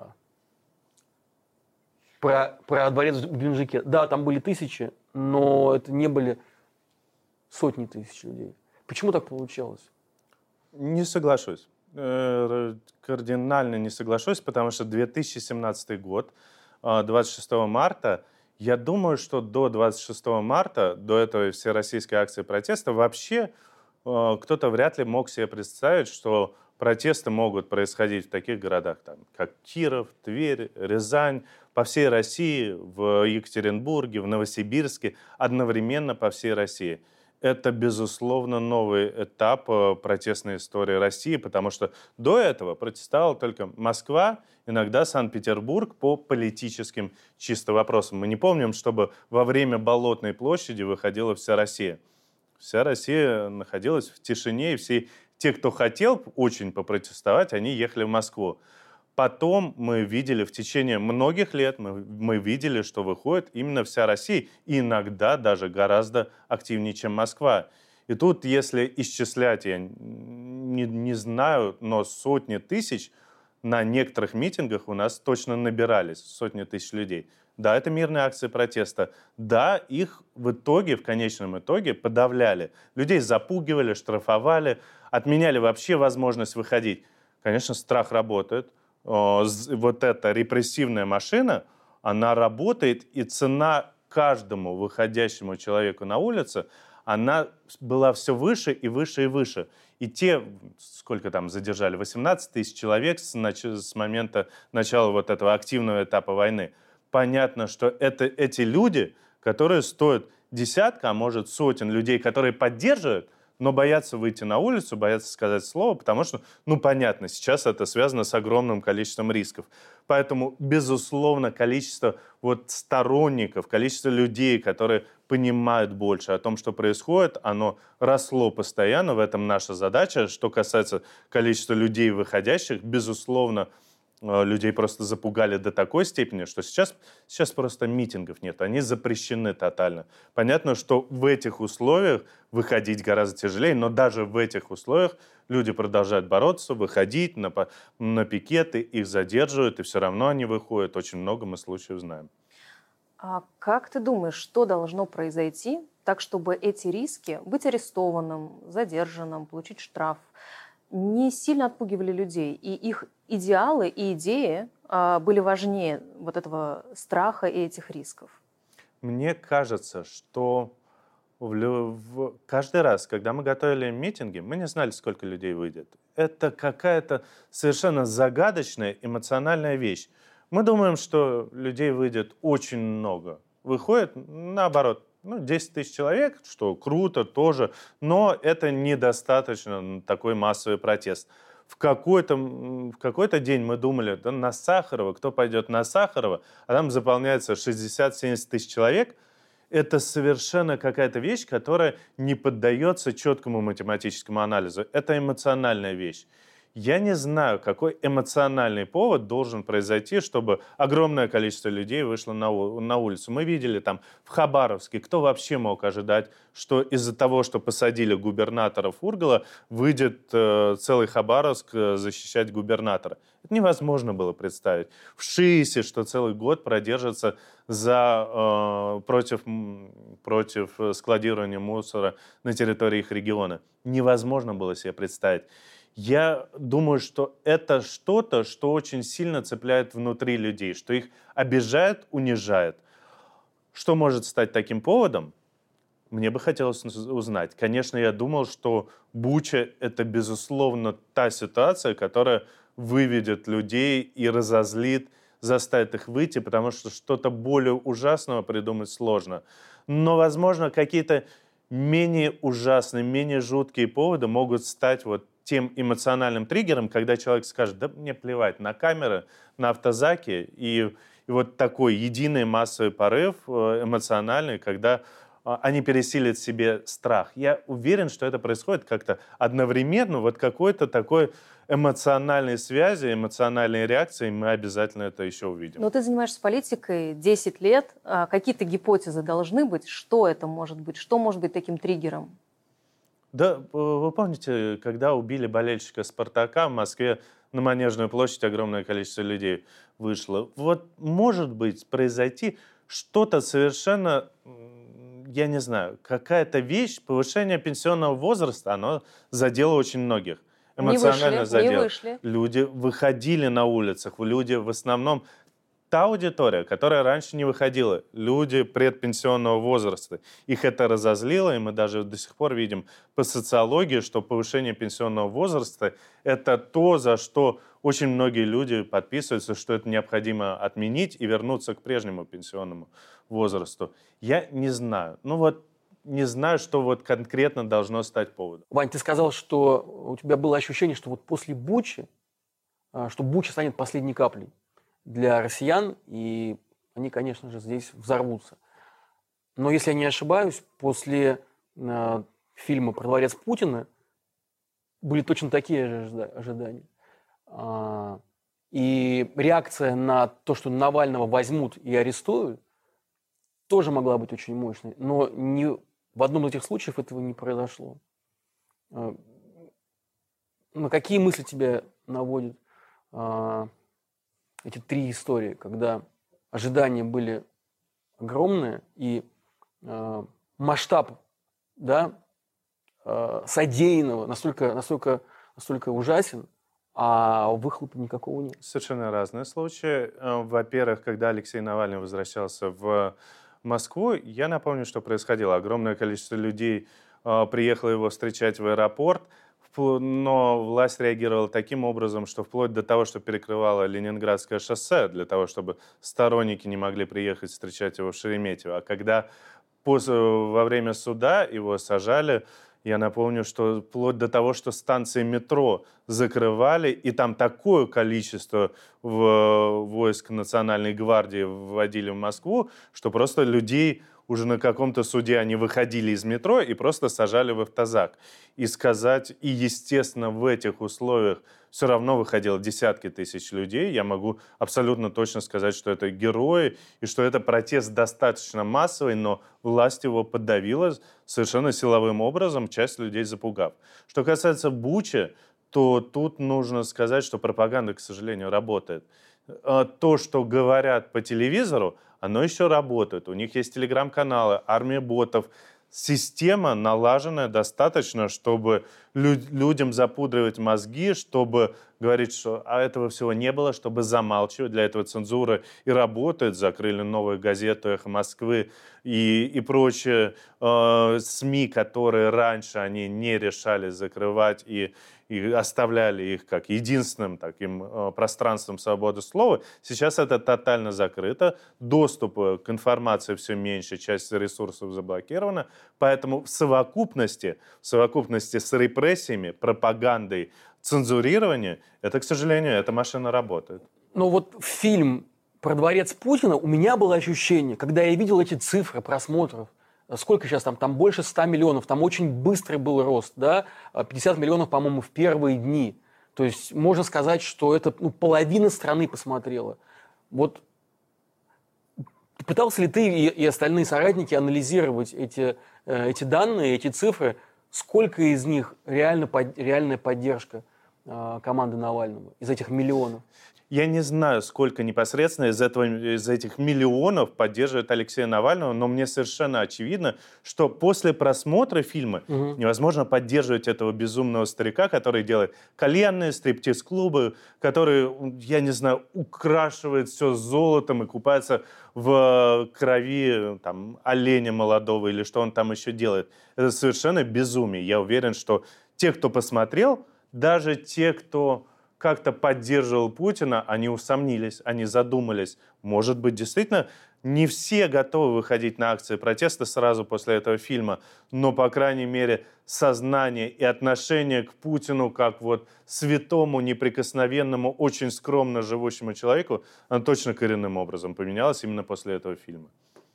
про, про дворец в Геленджике. Да, там были тысячи, но это не были сотни тысяч людей. Почему так получалось? Не соглашусь. Кардинально не соглашусь, потому что две тысячи семнадцатый год, двадцать шестого марта, я думаю, что до двадцать шестого марта, до этой всероссийской акции протеста, вообще кто-то вряд ли мог себе представить, что протесты могут происходить в таких городах, там, как Киров, Тверь, Рязань, по всей России, в Екатеринбурге, в Новосибирске, одновременно по всей России. Это, безусловно, новый этап протестной истории России, потому что до этого протестовала только Москва, иногда Санкт-Петербург по политическим чисто вопросам. Мы не помним, чтобы во время Болотной площади выходила вся Россия. Вся Россия находилась в тишине, и все те, кто хотел очень попротестовать, они ехали в Москву. Потом мы видели в течение многих лет, мы, мы видели, что выходит именно вся Россия, и иногда даже гораздо активнее, чем Москва. И тут, если исчислять, я не, не знаю, но сотни тысяч на некоторых митингах у нас точно набирались, сотни тысяч людей. Да, это мирные акции протеста. Да, их в итоге, в конечном итоге подавляли. Людей запугивали, штрафовали, отменяли вообще возможность выходить. Конечно, страх работает. Вот эта репрессивная машина, она работает, и цена каждому выходящему человеку на улице, она была все выше и выше и выше. И те, сколько там задержали, восемнадцать тысяч человек с, нач- с момента начала вот этого активного этапа войны. Понятно, что это эти люди, которые стоят десятка, а может сотен людей, которые поддерживают, но боятся выйти на улицу, боятся сказать слово, потому что, ну, понятно, сейчас это связано с огромным количеством рисков. Поэтому, безусловно, количество вот сторонников, количество людей, которые понимают больше о том, что происходит, оно росло постоянно. В этом наша задача. Что касается количества людей, выходящих, безусловно, людей просто запугали до такой степени, что сейчас, сейчас просто митингов нет, они запрещены тотально. Понятно, что в этих условиях выходить гораздо тяжелее, но даже в этих условиях люди продолжают бороться, выходить на, на пикеты, их задерживают, и все равно они выходят. Очень много мы случаев знаем. А как ты думаешь, что должно произойти так, чтобы эти риски, быть арестованным, задержанным, получить штраф, не сильно отпугивали людей, и их идеалы и идеи а, были важнее вот этого страха и этих рисков? Мне кажется, что в, в, каждый раз, когда мы готовили митинги, мы не знали, сколько людей выйдет. Это какая-то совершенно загадочная эмоциональная вещь. Мы думаем, что людей выйдет очень много. Выходит, наоборот, ну, десять тысяч человек, что круто тоже, но это недостаточно такой массовый протест. В какой-то, в какой-то день мы думали, да, на Сахарова, кто пойдет на Сахарова, а там заполняется шестьдесят-семьдесят тысяч человек. Это совершенно какая-то вещь, которая не поддается четкому математическому анализу. Это эмоциональная вещь. Я не знаю, какой эмоциональный повод должен произойти, чтобы огромное количество людей вышло на, на улицу. Мы видели там в Хабаровске, кто вообще мог ожидать, что из-за того, что посадили губернатора Фургала, выйдет э, целый Хабаровск э, защищать губернатора. Это невозможно было представить. В Шиисе, что целый год продержится за, э, против, против складирования мусора на территории их региона. Невозможно было себе представить. Я думаю, что это что-то, что очень сильно цепляет внутри людей, что их обижает, унижает. Что может стать таким поводом? Мне бы хотелось узнать. Конечно, я думал, что Буча — это, безусловно, та ситуация, которая выведет людей и разозлит, заставит их выйти, потому что что-то более ужасного придумать сложно. Но, возможно, какие-то менее ужасные, менее жуткие поводы могут стать вот тем эмоциональным триггером, когда человек скажет, да мне плевать на камеры, на автозаки, и, и вот такой единый массовый порыв эмоциональный, когда они пересилят в себе страх. Я уверен, что это происходит как-то одновременно, вот какой-то такой эмоциональной связи, эмоциональной реакции, мы обязательно это еще увидим. Но ты занимаешься политикой десять лет, какие-то гипотезы должны быть, что это может быть, что может быть таким триггером? Да, вы помните, когда убили болельщика «Спартака» в Москве, на Манежную площадь огромное количество людей вышло. Вот может быть произойти что-то совершенно, я не знаю, какая-то вещь, повышение пенсионного возраста, оно задело очень многих. Эмоционально не вышли, задело. Не вышли. Люди выходили на улицах, люди в основном... Та аудитория, которая раньше не выходила, люди предпенсионного возраста, их это разозлило, и мы даже до сих пор видим по социологии, что повышение пенсионного возраста – это то, за что очень многие люди подписываются, что это необходимо отменить и вернуться к прежнему пенсионному возрасту. Я не знаю. Ну вот не знаю, что вот конкретно должно стать поводом. Вань, ты сказал, что у тебя было ощущение, что вот после Бучи, что Буча станет последней каплей для россиян, и они, конечно же, здесь взорвутся. Но если я не ошибаюсь, после э, фильма «Про дворец Путина» были точно такие же ожидания. А, и реакция на то, что Навального возьмут и арестуют, тоже могла быть очень мощной. Но ни в одном из этих случаев этого не произошло. А, на какие мысли тебя наводят а, эти три истории, когда ожидания были огромные, и э, масштаб, да, э, содеянного настолько, настолько, настолько ужасен, а выхлопа никакого нет? Совершенно разные случаи. Во-первых, когда Алексей Навальный возвращался в Москву, я напомню, что происходило. Огромное количество людей э, приехало его встречать в аэропорт, но власть реагировала таким образом, что вплоть до того, что перекрывало Ленинградское шоссе, для того, чтобы сторонники не могли приехать встречать его в Шереметьево. А когда после, во время суда его сажали, я напомню, что вплоть до того, что станции метро закрывали, и там такое количество войск Национальной гвардии вводили в Москву, что просто людей уже на каком-то суде они выходили из метро и просто сажали в автозак. И сказать, и естественно в этих условиях все равно выходило десятки тысяч людей, я могу абсолютно точно сказать, что это герои, и что это протест достаточно массовый, но власть его подавила совершенно силовым образом, часть людей запугав. Что касается Бучи, то тут нужно сказать, что пропаганда, к сожалению, работает. То, что говорят по телевизору, оно еще работает. У них есть телеграм-каналы, армия ботов. Система налаженная достаточно, чтобы лю- людям запудривать мозги, чтобы говорить, что а этого всего не было, чтобы замалчивать. Для этого цензура и работает. Закрыли Новую газету, Эхо Москвы и, и прочие э, СМИ, которые раньше они не решали закрывать и и оставляли их как единственным таким э, пространством свободы слова. Сейчас это тотально закрыто, доступа к информации все меньше, часть ресурсов заблокирована, поэтому в совокупности, в совокупности с репрессиями, пропагандой, цензурированием, это, к сожалению, эта машина работает. Но вот фильм про дворец Путина у меня было ощущение, когда я видел эти цифры просмотров, сколько сейчас там? Там больше ста миллионов. Там очень быстрый был рост, да? пятьдесят миллионов, по-моему, в первые дни. То есть можно сказать, что это ну, половина страны посмотрела. Вот пытался ли ты и, и остальные соратники анализировать эти, эти данные, эти цифры? Сколько из них реально, реальная поддержка э, команды Навального из этих миллионов? Я не знаю, сколько непосредственно из, этого, из этих миллионов поддерживает Алексея Навального, но мне совершенно очевидно, что после просмотра фильма угу. невозможно поддерживать этого безумного старика, который делает кальянные, стриптиз-клубы, который, я не знаю, украшивает все золотом и купается в крови там, оленя молодого или что он там еще делает. Это совершенно безумие. Я уверен, что те, кто посмотрел, даже те, кто как-то поддерживал Путина, они усомнились, они задумались. Может быть, действительно, не все готовы выходить на акции протеста сразу после этого фильма, но, по крайней мере, сознание и отношение к Путину как вот святому, неприкосновенному, очень скромно живущему человеку, оно точно коренным образом поменялось именно после этого фильма.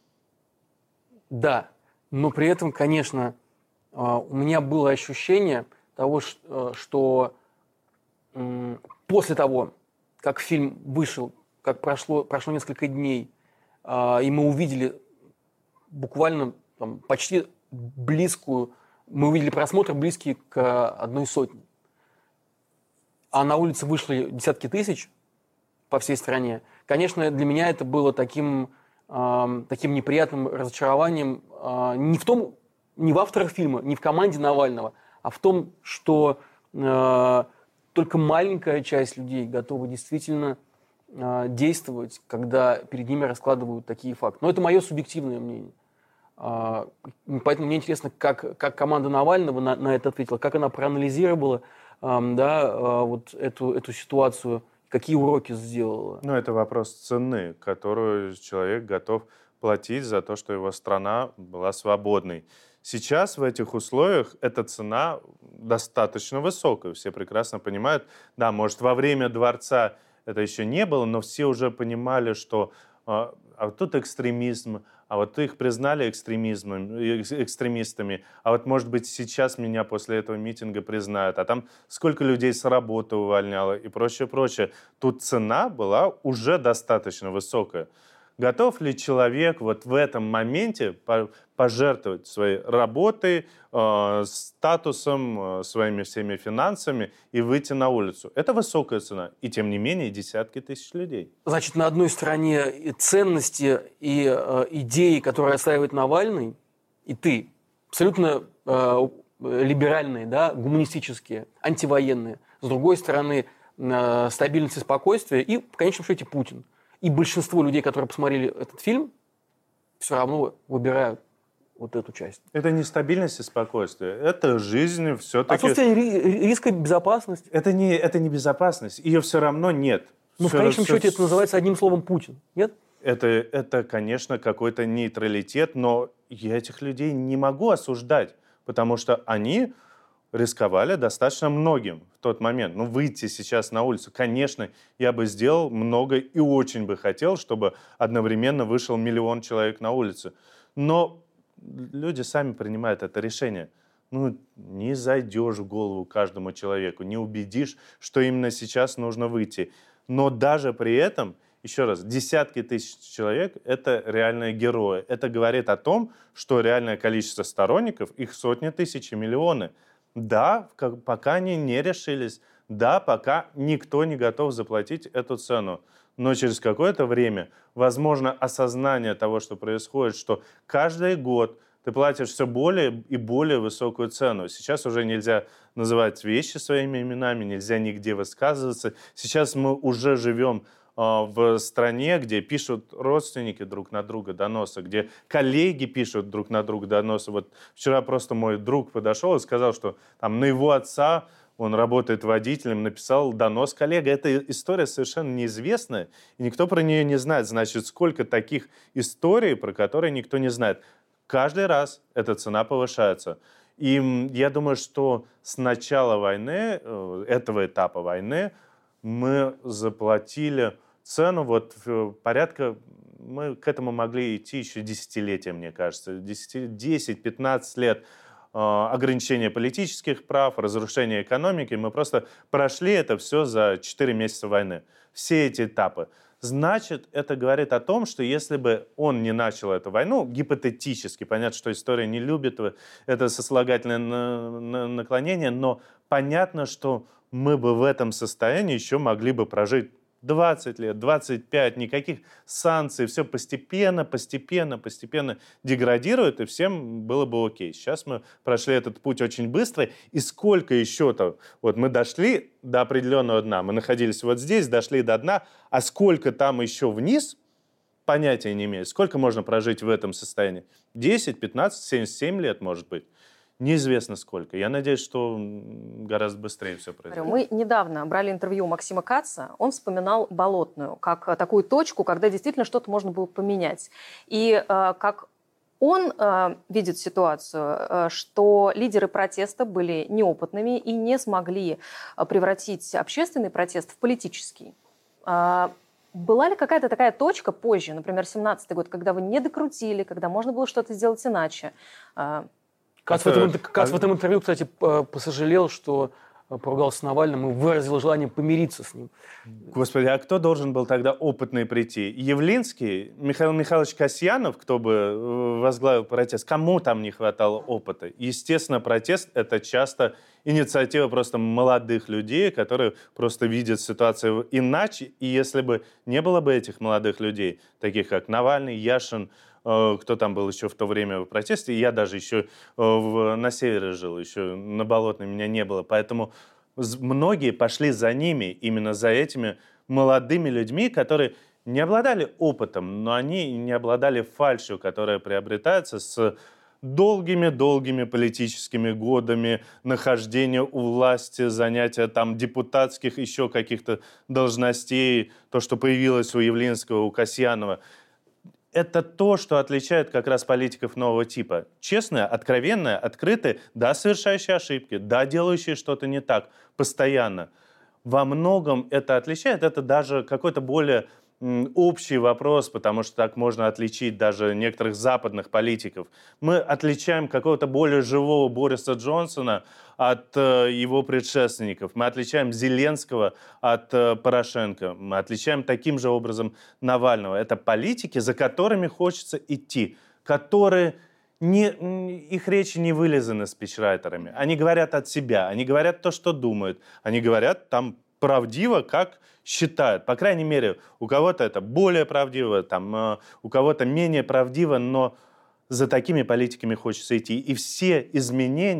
Да, но при этом, конечно, у меня было ощущение того, что после того, как фильм вышел, как прошло, прошло несколько дней, э, и мы увидели буквально там, почти близкую, мы увидели просмотры близкие к одной сотне. А на улице вышло десятки тысяч по всей стране. Конечно, для меня это было таким, э, таким неприятным разочарованием э, не в том, не в авторах фильма, не в команде Навального, а в том, что э, только маленькая часть людей готова действительно э, действовать, когда перед ними раскладывают такие факты. Но это мое субъективное мнение. Э, поэтому мне интересно, как, как команда Навального на, на это ответила, как она проанализировала э, да, э, вот эту, эту ситуацию, какие уроки сделала. Ну, это вопрос цены, которую человек готов платить за то, что его страна была свободной. Сейчас в этих условиях эта цена достаточно высокая. Все прекрасно понимают. Да, может, во время дворца это еще не было, но все уже понимали, что а, а вот тут экстремизм, а вот их признали экстремизмом, экстремистами, а вот, может быть, сейчас меня после этого митинга признают, а там сколько людей с работы увольняло и прочее, прочее. Тут цена была уже достаточно высокая. Готов ли человек вот в этом моменте пожертвовать своей работой, э, статусом, э, своими всеми финансами и выйти на улицу? Это высокая цена. И тем не менее десятки тысяч людей. Значит, на одной стороне и ценности и э, идеи, которые отстаивает Навальный, и ты, абсолютно э, либеральные, да, гуманистические, антивоенные. С другой стороны, э, стабильность и спокойствие. И, в конечном счете, Путин. И большинство людей, которые посмотрели этот фильм, все равно выбирают вот эту часть. Это не стабильность и спокойствие. Это жизнь все-таки... Отсутствие риска, безопасность. Это не, это не безопасность. Ее все равно нет. Но все, в конечном все, счете это называется одним словом Путин. Нет? Это, это, конечно, какой-то нейтралитет, но я этих людей не могу осуждать, потому что они рисковали достаточно многим в тот момент. Ну, выйти сейчас на улицу, конечно, я бы сделал много и очень бы хотел, чтобы одновременно вышел миллион человек на улицу. Но люди сами принимают это решение. Ну, не зайдешь в голову каждому человеку, не убедишь, что именно сейчас нужно выйти. Но даже при этом, еще раз, десятки тысяч человек – это реальные герои. Это говорит о том, что реальное количество сторонников, их сотни тысяч и миллионы. Да, как, пока они не решились, да, пока никто не готов заплатить эту цену. Но через какое-то время, возможно, осознание того, что происходит, что каждый год ты платишь все более и более высокую цену. Сейчас уже нельзя называть вещи своими именами, нельзя нигде высказываться. Сейчас мы уже живем э, в стране, где пишут родственники друг на друга доносы, где коллеги пишут друг на друга доносы. Вот вчера просто мой друг подошел и сказал, что там на его отца, он работает водителем, написал донос коллега. Эта история совершенно неизвестная, и никто про нее не знает. Значит, сколько таких историй, про которые никто не знает. Каждый раз эта цена повышается. И я думаю, что с начала войны, этого этапа войны, мы заплатили цену вот порядка, мы к этому могли идти еще десятилетия, мне кажется, десять-пятнадцать лет ограничения политических прав, разрушения экономики. Мы просто прошли это все за четыре месяца войны. Все эти этапы. Значит, это говорит о том, что если бы он не начал эту войну, гипотетически, понятно, что история не любит это сослагательное наклонение, но понятно, что мы бы в этом состоянии еще могли бы прожить двадцать лет, двадцать пять, никаких санкций, все постепенно, постепенно, постепенно деградирует, и всем было бы окей. Сейчас мы прошли этот путь очень быстро, и сколько еще-то, вот мы дошли до определенного дна, мы находились вот здесь, дошли до дна, а сколько там еще вниз, понятия не имею, сколько можно прожить в этом состоянии? десять, пятнадцать, семьдесят семь лет, может быть. Неизвестно сколько. Я надеюсь, что гораздо быстрее все произойдет. Мы недавно брали интервью у Максима Каца. Он вспоминал Болотную как такую точку, когда действительно что-то можно было поменять. И э, как он э, видит ситуацию, э, что лидеры протеста были неопытными и не смогли превратить общественный протест в политический. Э, Была ли какая-то такая точка позже, например, семнадцатый год, когда вы не докрутили, когда можно было что-то сделать иначе? Э, Кац, это... в этом, Кац в этом интервью, кстати, посожалел, что поругался с Навальным и выразил желание помириться с ним. Господи, а кто должен был тогда опытный прийти? Явлинский? Михаил Михайлович Касьянов, кто бы возглавил протест? Кому там не хватало опыта? Естественно, протест — это часто инициатива просто молодых людей, которые просто видят ситуацию иначе. И если бы не было бы этих молодых людей, таких как Навальный, Яшин, кто там был еще в то время в протесте. Я даже еще в, на севере жил, еще на Болотной меня не было. Поэтому многие пошли за ними, именно за этими молодыми людьми, которые не обладали опытом, но они не обладали фальшью, которая приобретается с долгими-долгими политическими годами нахождения у власти, занятия там депутатских еще каких-то должностей, то, что появилось у Явлинского, у Касьянова. Это то, что отличает как раз политиков нового типа. Честное, откровенное, открытое, да, совершающие ошибки, да, делающие что-то не так, постоянно. Во многом это отличает, это даже какой-то более м, общий вопрос, потому что так можно отличить даже некоторых западных политиков. Мы отличаем какого-то более живого Бориса Джонсона от э, его предшественников. Мы отличаем Зеленского от э, Порошенко. Мы отличаем таким же образом Навального. Это политики, за которыми хочется идти, которые не, их речи не вылизаны спичрайтерами. Они говорят от себя, они говорят то, что думают. Они говорят там правдиво, как считают. По крайней мере, у кого-то это более правдиво, там, э, у кого-то менее правдиво, но за такими политиками хочется идти. И все изменения, вот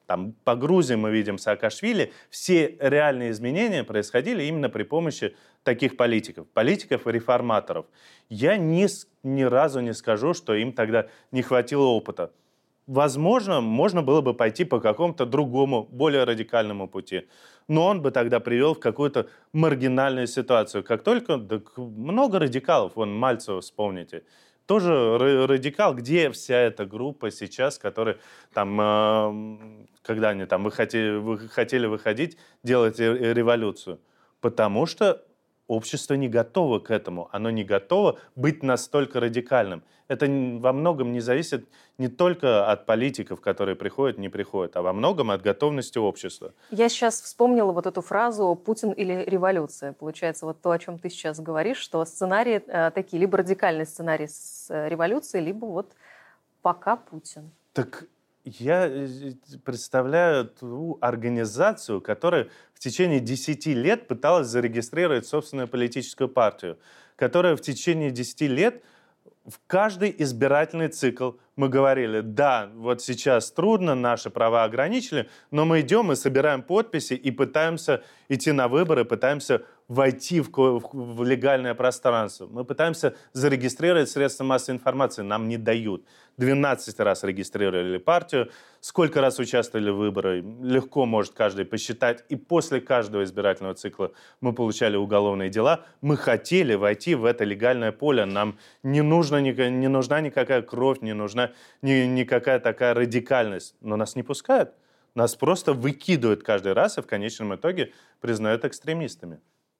там, по Грузии мы видим Саакашвили, все реальные изменения происходили именно при помощи таких политиков, политиков и реформаторов. Я ни, ни разу не скажу, что им тогда не хватило опыта. Возможно, можно было бы пойти по какому-то другому, более радикальному пути. Но он бы тогда привел в какую-то маргинальную ситуацию. Как только... Да, много радикалов, вон Мальцева вспомните. Тоже радикал. Где вся эта группа сейчас, которая там... Э, когда они там вы хотели, вы хотели выходить, делать революцию? Потому что общество не готово к этому. Оно не готово быть настолько радикальным. Это во многом не зависит не только от политиков, которые приходят, не приходят, а во многом от готовности общества. Я сейчас вспомнила вот эту фразу «Путин или революция». Получается, вот то, о чем ты сейчас говоришь, что сценарии э, такие, либо радикальный сценарий с э, революцией, либо вот пока Путин. Так я представляю ту организацию, которая в течение десяти лет пыталась зарегистрировать собственную политическую партию, которая в течение десяти лет в каждый избирательный цикл мы говорили: да, вот сейчас трудно, наши права ограничили, но мы идем и собираем подписи и пытаемся идти на выборы, пытаемся войти в, в легальное пространство. Мы пытаемся зарегистрировать средства массовой информации, нам не дают. двенадцать раз регистрировали партию, сколько раз участвовали в выборах, легко может каждый посчитать. И после каждого избирательного цикла мы получали уголовные дела. Мы хотели войти в это легальное поле. Нам не, нужно, не нужна никакая кровь, не нужна ни, никакая такая радикальность. Но нас не пускают. Нас просто выкидывают каждый раз и в конечном итоге признают экстремистами.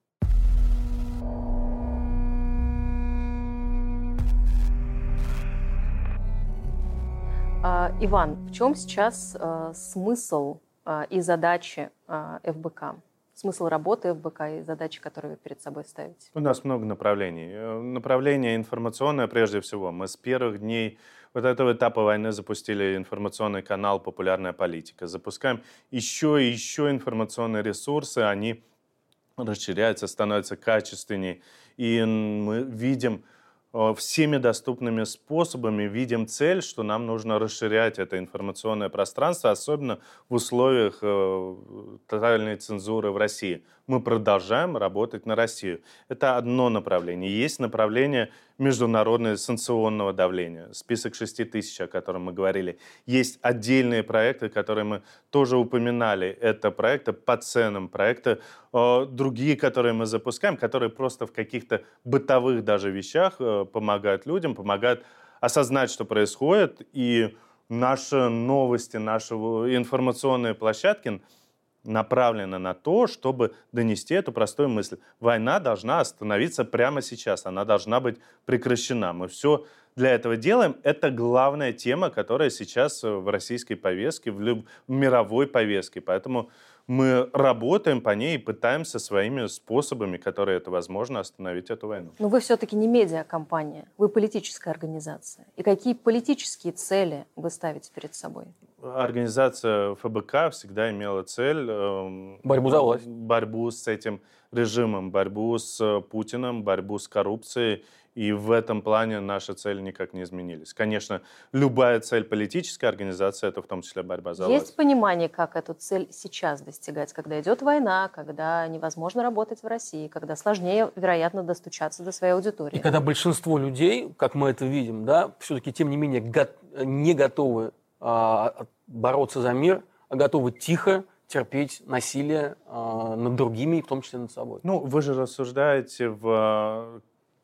Иван, в чем сейчас э, смысл э, и задачи э, эф бэ ка? Смысл работы эф бэ ка и задачи, которые вы перед собой ставите? У нас много направлений. Направление информационное прежде всего. Мы с первых дней вот этого этапа войны запустили информационный канал «Популярная политика». Запускаем еще и еще информационные ресурсы. Они расширяются, становятся качественнее. И мы видим... всеми доступными способами видим цель, что нам нужно расширять это информационное пространство, особенно в условиях э, тотальной цензуры в России. Мы продолжаем работать на Россию. Это одно направление. Есть направление международного санкционного давления. Список шести тысяч, о котором мы говорили. Есть отдельные проекты, которые мы тоже упоминали. Это проекты по ценам, проекты э, другие, которые мы запускаем, которые просто в каких-то бытовых даже вещах э, помогают людям, помогают осознать, что происходит. И наши новости, наши информационные площадки направлены на то, чтобы донести эту простую мысль. Война должна остановиться прямо сейчас, она должна быть прекращена. Мы все для этого делаем. Это главная тема, которая сейчас в российской повестке, в, люб... в мировой повестке. Поэтому мы работаем по ней и пытаемся своими способами, которые это возможно, остановить эту войну. Но вы все-таки не медиакомпания, вы политическая организация. И какие политические цели вы ставите перед собой? Организация эф бэ ка всегда имела цель... Э, борьбу за власть. Борьбу с этим режимом, борьбу с Путиным, борьбу с коррупцией. И в этом плане наши цели никак не изменились. Конечно, любая цель политической организации — это в том числе борьба за власть. Есть понимание, как эту цель сейчас достигать, когда идет война, когда невозможно работать в России, когда сложнее, вероятно, достучаться до своей аудитории? И когда большинство людей, как мы это видим, да, все-таки, тем не менее, го- не готовы а, бороться за мир, а готовы тихо терпеть насилие а, над другими, в том числе над собой. Ну, вы же рассуждаете в...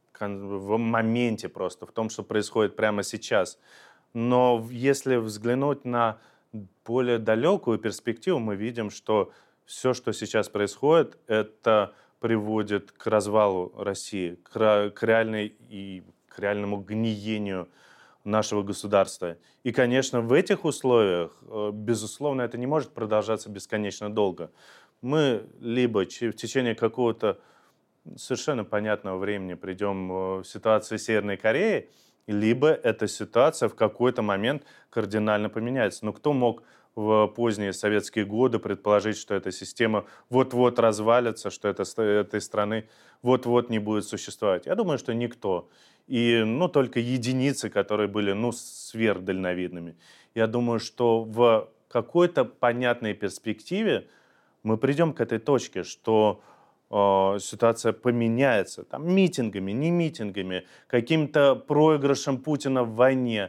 в моменте просто, в том, что происходит прямо сейчас. Но если взглянуть на более далекую перспективу, мы видим, что все, что сейчас происходит, это приводит к развалу России, к, к, реальной и, к реальному гниению нашего государства. И, конечно, в этих условиях, безусловно, это не может продолжаться бесконечно долго. Мы либо в течение какого-то совершенно понятного времени придем в ситуацию Северной Кореи, либо эта ситуация в какой-то момент кардинально поменяется. Но кто мог в поздние советские годы предположить, что эта система вот-вот развалится, что это, этой страны вот-вот не будет существовать? Я думаю, что никто. И ну, только единицы, которые были ну, сверхдальновидными. Я думаю, что в какой-то понятной перспективе мы придем к этой точке, что э, ситуация поменяется. Там, митингами, не митингами, каким-то проигрышем Путина в войне,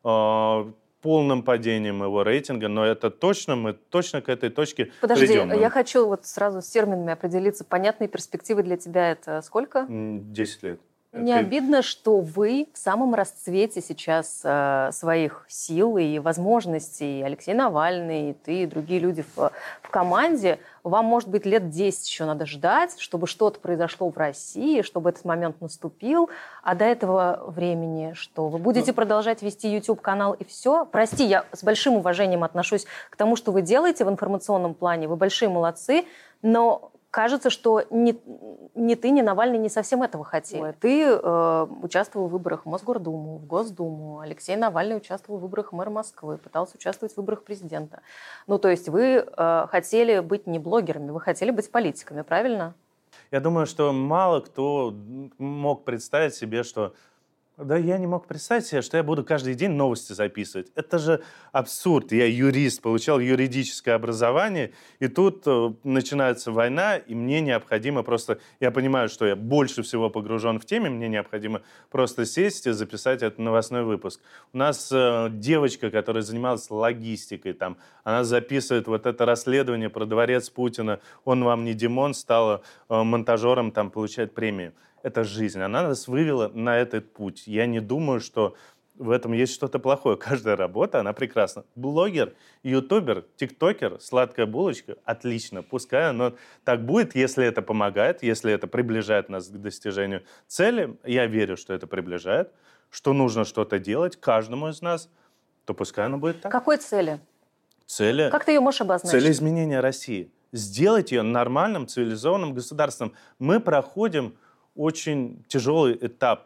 э, полным падением его рейтинга, но это точно, мы точно к этой точке Подожди, придем. я хочу вот сразу с терминами определиться. Понятные перспективы для тебя это сколько? Десять лет. Не обидно, что вы в самом расцвете сейчас э, своих сил и возможностей, Алексей Навальный, и ты, и другие люди в, в команде, вам, может быть, лет десять еще надо ждать, чтобы что-то произошло в России, чтобы этот момент наступил, а до этого времени что? Вы будете ну, продолжать вести YouTube-канал и все? Прости, я с большим уважением отношусь к тому, что вы делаете в информационном плане, вы большие молодцы, но... Кажется, что ни, ни ты, ни Навальный не совсем этого хотели. Ты э, участвовал в выборах в Мосгордуму, в Госдуму. Алексей Навальный участвовал в выборах мэра Москвы, пытался участвовать в выборах президента. Ну, то есть вы э, хотели быть не блогерами, вы хотели быть политиками, правильно? Я думаю, что мало кто мог представить себе, что... Да, я не мог представить себе, что я буду каждый день новости записывать. Это же абсурд. Я юрист, получал юридическое образование, и тут э, начинается война, и мне необходимо просто... Я понимаю, что я больше всего погружен в теме, мне необходимо просто сесть и записать этот новостной выпуск. У нас э, девочка, которая занималась логистикой, там, она записывает вот это расследование про дворец Путина, он вам не Димон, стала э, монтажером, там, получает премию. Это жизнь. Она нас вывела на этот путь. Я не думаю, что в этом есть что-то плохое. Каждая работа, она прекрасна. Блогер, ютубер, тиктокер, сладкая булочка – отлично. Пускай оно так будет, если это помогает, если это приближает нас к достижению цели. Я верю, что это приближает, что нужно что-то делать каждому из нас, то пускай оно будет так. Какой цели? Цели. Как ты ее можешь обозначить? Цели изменения России. Сделать ее нормальным, цивилизованным государством. Мы проходим очень тяжелый этап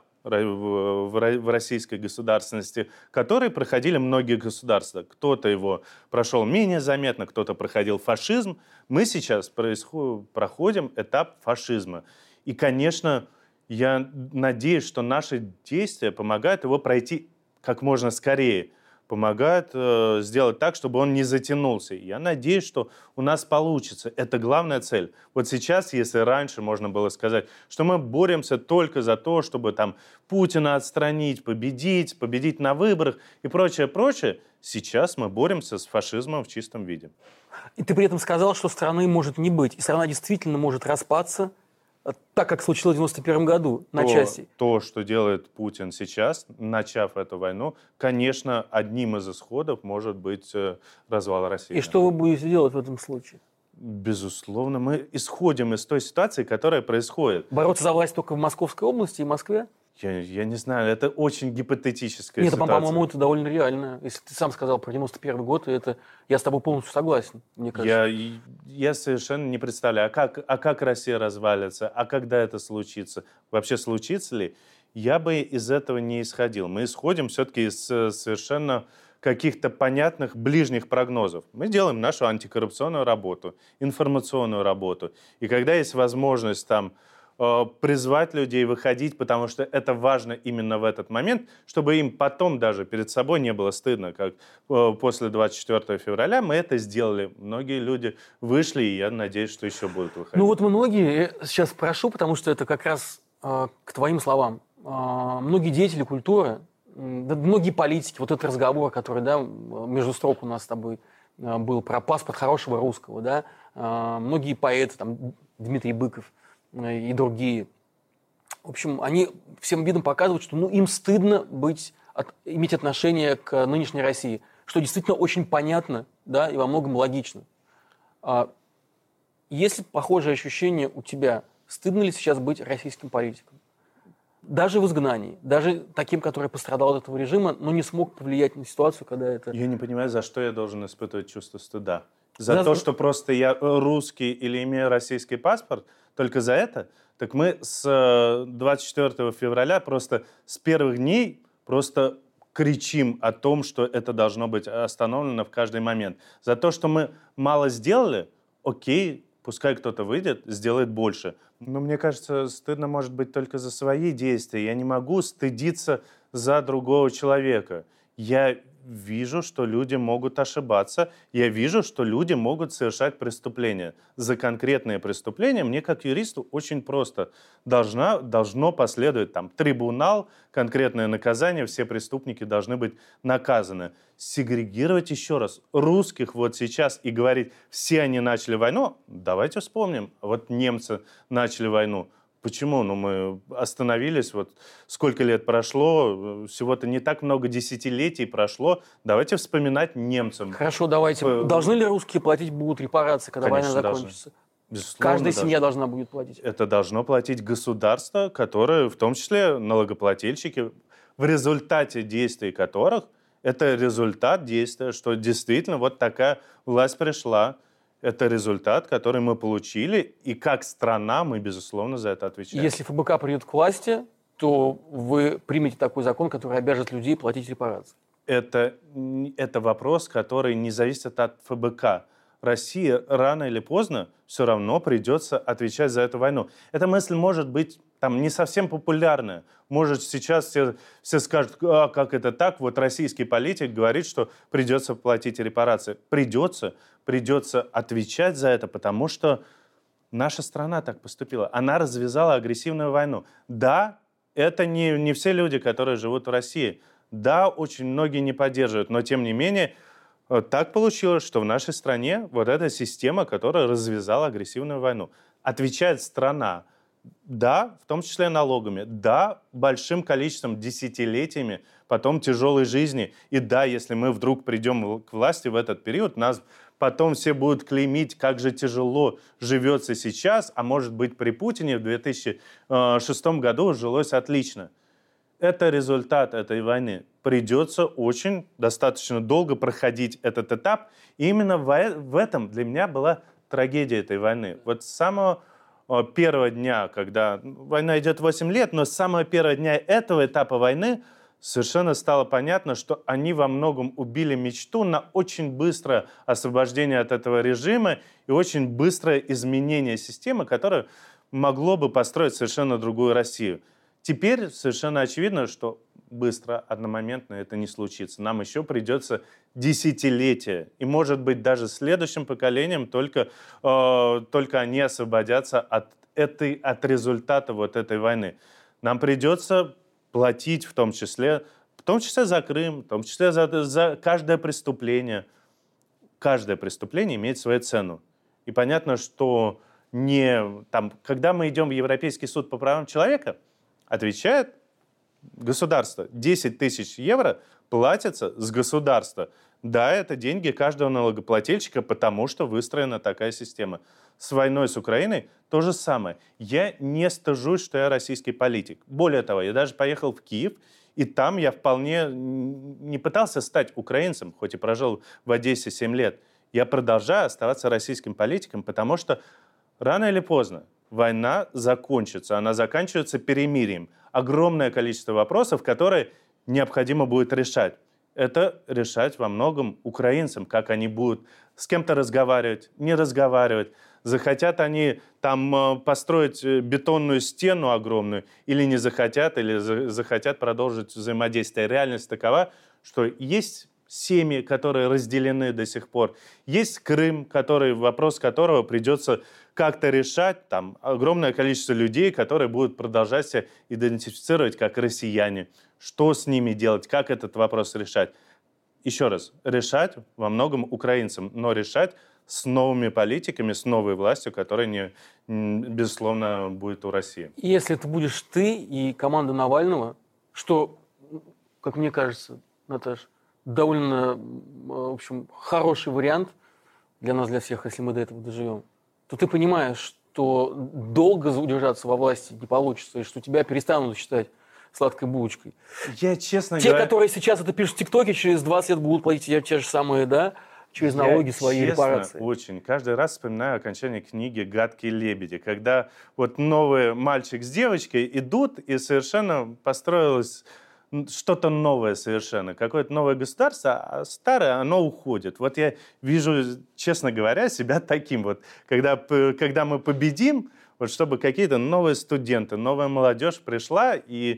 в российской государственности, который проходили многие государства. Кто-то его прошел менее заметно, кто-то проходил фашизм. Мы сейчас происход... проходим этап фашизма. И, конечно, я надеюсь, что наши действия помогают его пройти как можно скорее, помогают э, сделать так, чтобы он не затянулся. Я надеюсь, что у нас получится. Это главная цель. Вот сейчас, если раньше можно было сказать, что мы боремся только за то, чтобы там Путина отстранить, победить, победить на выборах и прочее, прочее, сейчас мы боремся с фашизмом в чистом виде. И ты при этом сказал, что страны может не быть. И страна действительно может распаться, так как случилось в девяносто первом году, на то, части. То, что делает Путин сейчас, начав эту войну, конечно, одним из исходов может быть развал России. И что вы будете делать в этом случае? Безусловно, мы исходим из той ситуации, которая происходит. Бороться за власть только в Московской области и Москве? Я, я не знаю, это очень гипотетическая Нет, ситуация. по-моему, это довольно реально. Если ты сам сказал про девяносто первый год, это я с тобой полностью согласен, мне кажется. Я, я совершенно не представляю, а как, а как Россия развалится, а когда это случится, вообще случится ли, я бы из этого не исходил. Мы исходим все-таки из совершенно каких-то понятных ближних прогнозов. Мы делаем нашу антикоррупционную работу, информационную работу. И когда есть возможность там призвать людей выходить, потому что это важно именно в этот момент, чтобы им потом даже перед собой не было стыдно, как после двадцать четвёртого февраля мы это сделали. Многие люди вышли, и я надеюсь, что еще будут выходить. Ну вот многие, я сейчас прошу, потому что это как раз э, к твоим словам, э, многие деятели культуры, э, многие политики, вот этот разговор, который, да, между строк у нас с тобой э, был про паспорт хорошего русского, да, э, многие поэты, там, Дмитрий Быков, и другие. В общем, они всем видом показывают, что ну, им стыдно быть, от, иметь отношение к нынешней России, что действительно очень понятно, да, и во многом логично. А есть ли похожее ощущение у тебя, стыдно ли сейчас быть российским политиком? Даже в изгнании, даже таким, который пострадал от этого режима, но не смог повлиять на ситуацию, когда это... Я не понимаю, за что я должен испытывать чувство стыда. За, за... то, что просто я русский или имею российский паспорт, только за это? Так мы с двадцать четвёртого февраля просто с первых дней просто кричим о том, что это должно быть остановлено в каждый момент. За то, что мы мало сделали, окей, пускай кто-то выйдет, сделает больше. Но мне кажется, стыдно может быть только за свои действия. Я не могу стыдиться за другого человека. Я вижу, что люди могут ошибаться, я вижу, что люди могут совершать преступления. За конкретные преступления мне, как юристу, очень просто. Должна, должно последовать там трибунал, конкретное наказание, все преступники должны быть наказаны. Сегрегировать еще раз русских вот сейчас и говорить, все они начали войну, давайте вспомним, вот немцы начали войну. Почему? Ну, мы остановились, вот сколько лет прошло, всего-то не так много десятилетий прошло. Давайте вспоминать немцам. Хорошо, давайте. П... Должны ли русские платить будут репарации, когда Конечно, война закончится? Безусловно, Каждая должны. семья должна будет платить. Это должно платить государство, которое, в том числе налогоплательщики, в результате действий которых, это результат действия, что действительно вот такая власть пришла. Это результат, который мы получили, и как страна мы, безусловно, за это отвечаем. Если ФБК придет к власти, то вы примете такой закон, который обяжет людей платить репарации? Это, это вопрос, который не зависит от ФБК. России рано или поздно все равно придется отвечать за эту войну. Эта мысль может быть там, не совсем популярная. Может, сейчас все, все скажут, а, как это так? Вот российский политик говорит, что придется платить репарации. Придется, придется отвечать за это, потому что наша страна так поступила. Она развязала агрессивную войну. Да, это не, не все люди, которые живут в России. Да, очень многие не поддерживают, но тем не менее так получилось, что в нашей стране вот эта система, которая развязала агрессивную войну. Отвечает страна. Да, в том числе налогами. Да, большим количеством десятилетиями, потом тяжелой жизни. И да, если мы вдруг придем к власти в этот период, нас потом все будут клеймить, как же тяжело живется сейчас, а может быть при Путине в две тысячи шестом году жилось отлично. Это результат этой войны. Придется очень достаточно долго проходить этот этап. И именно в этом для меня была трагедия этой войны. Вот с самого первого дня, когда война идет восемь лет, но с самого первого дня этого этапа войны совершенно стало понятно, что они во многом убили мечту на очень быстрое освобождение от этого режима и очень быстрое изменение системы, которое могло бы построить совершенно другую Россию. Теперь совершенно очевидно, что быстро, одномоментно это не случится. Нам еще придется десятилетия. И, может быть, даже следующим поколением только, э, только они освободятся от, этой, от результата вот этой войны. Нам придется платить в том числе, в том числе за Крым, в том числе за, за каждое преступление. Каждое преступление имеет свою цену. И понятно, что не, там, когда мы идем в Европейский суд по правам человека, отвечает государство. десять тысяч евро платится с государства. Да, это деньги каждого налогоплательщика, потому что выстроена такая система. С войной с Украиной то же самое. Я не стыжусь, что я российский политик. Более того, я даже поехал в Киев, и там я вполне не пытался стать украинцем, хоть и прожил в Одессе семь лет. Я продолжаю оставаться российским политиком, потому что рано или поздно война закончится, она заканчивается перемирием. Огромное количество вопросов, которые необходимо будет решать. Это решать во многом украинцам, как они будут с кем-то разговаривать, не разговаривать. Захотят они там построить бетонную стену огромную или не захотят, или захотят продолжить взаимодействие. Реальность такова, что есть семьи, которые разделены до сих пор. Есть Крым, который, вопрос которого придется как-то решать. Там огромное количество людей, которые будут продолжать себя идентифицировать как россияне. Что с ними делать, как этот вопрос решать? Еще раз, решать во многом украинцам, но решать с новыми политиками, с новой властью, которая, не, безусловно, будет у России. Если это будешь ты и команда Навального, что, как мне кажется, Наташ, довольно, в общем, хороший вариант для нас, для всех, если мы до этого доживем, то ты понимаешь, что долго удержаться во власти не получится, и что тебя перестанут считать сладкой булочкой. Я, честно Те, говоря... которые сейчас это пишут в ТикТоке, через двадцать лет будут платить те же самые, да, через налоги Я, свои, честно, репарации. Очень. Каждый раз вспоминаю окончание книги «Гадкие лебеди», когда вот новый мальчик с девочкой идут, и совершенно построилось что-то новое совершенно, какое-то новое государство, а старое, оно уходит. Вот я вижу, честно говоря, себя таким вот, когда, когда мы победим, вот чтобы какие-то новые студенты, новая молодежь пришла и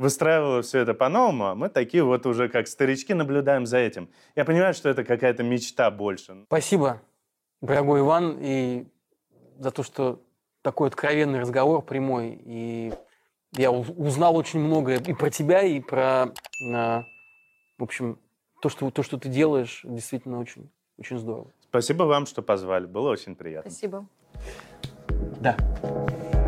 выстраивала все это по-новому, а мы такие вот уже как старички наблюдаем за этим. Я понимаю, что это какая-то мечта больше. Спасибо, дорогой Иван, и за то, что такой откровенный разговор прямой. И я узнал очень многое и про тебя, и про, в общем, то, что, то, что ты делаешь, действительно очень, очень здорово. Спасибо вам, что позвали. Было очень приятно. Спасибо. Да.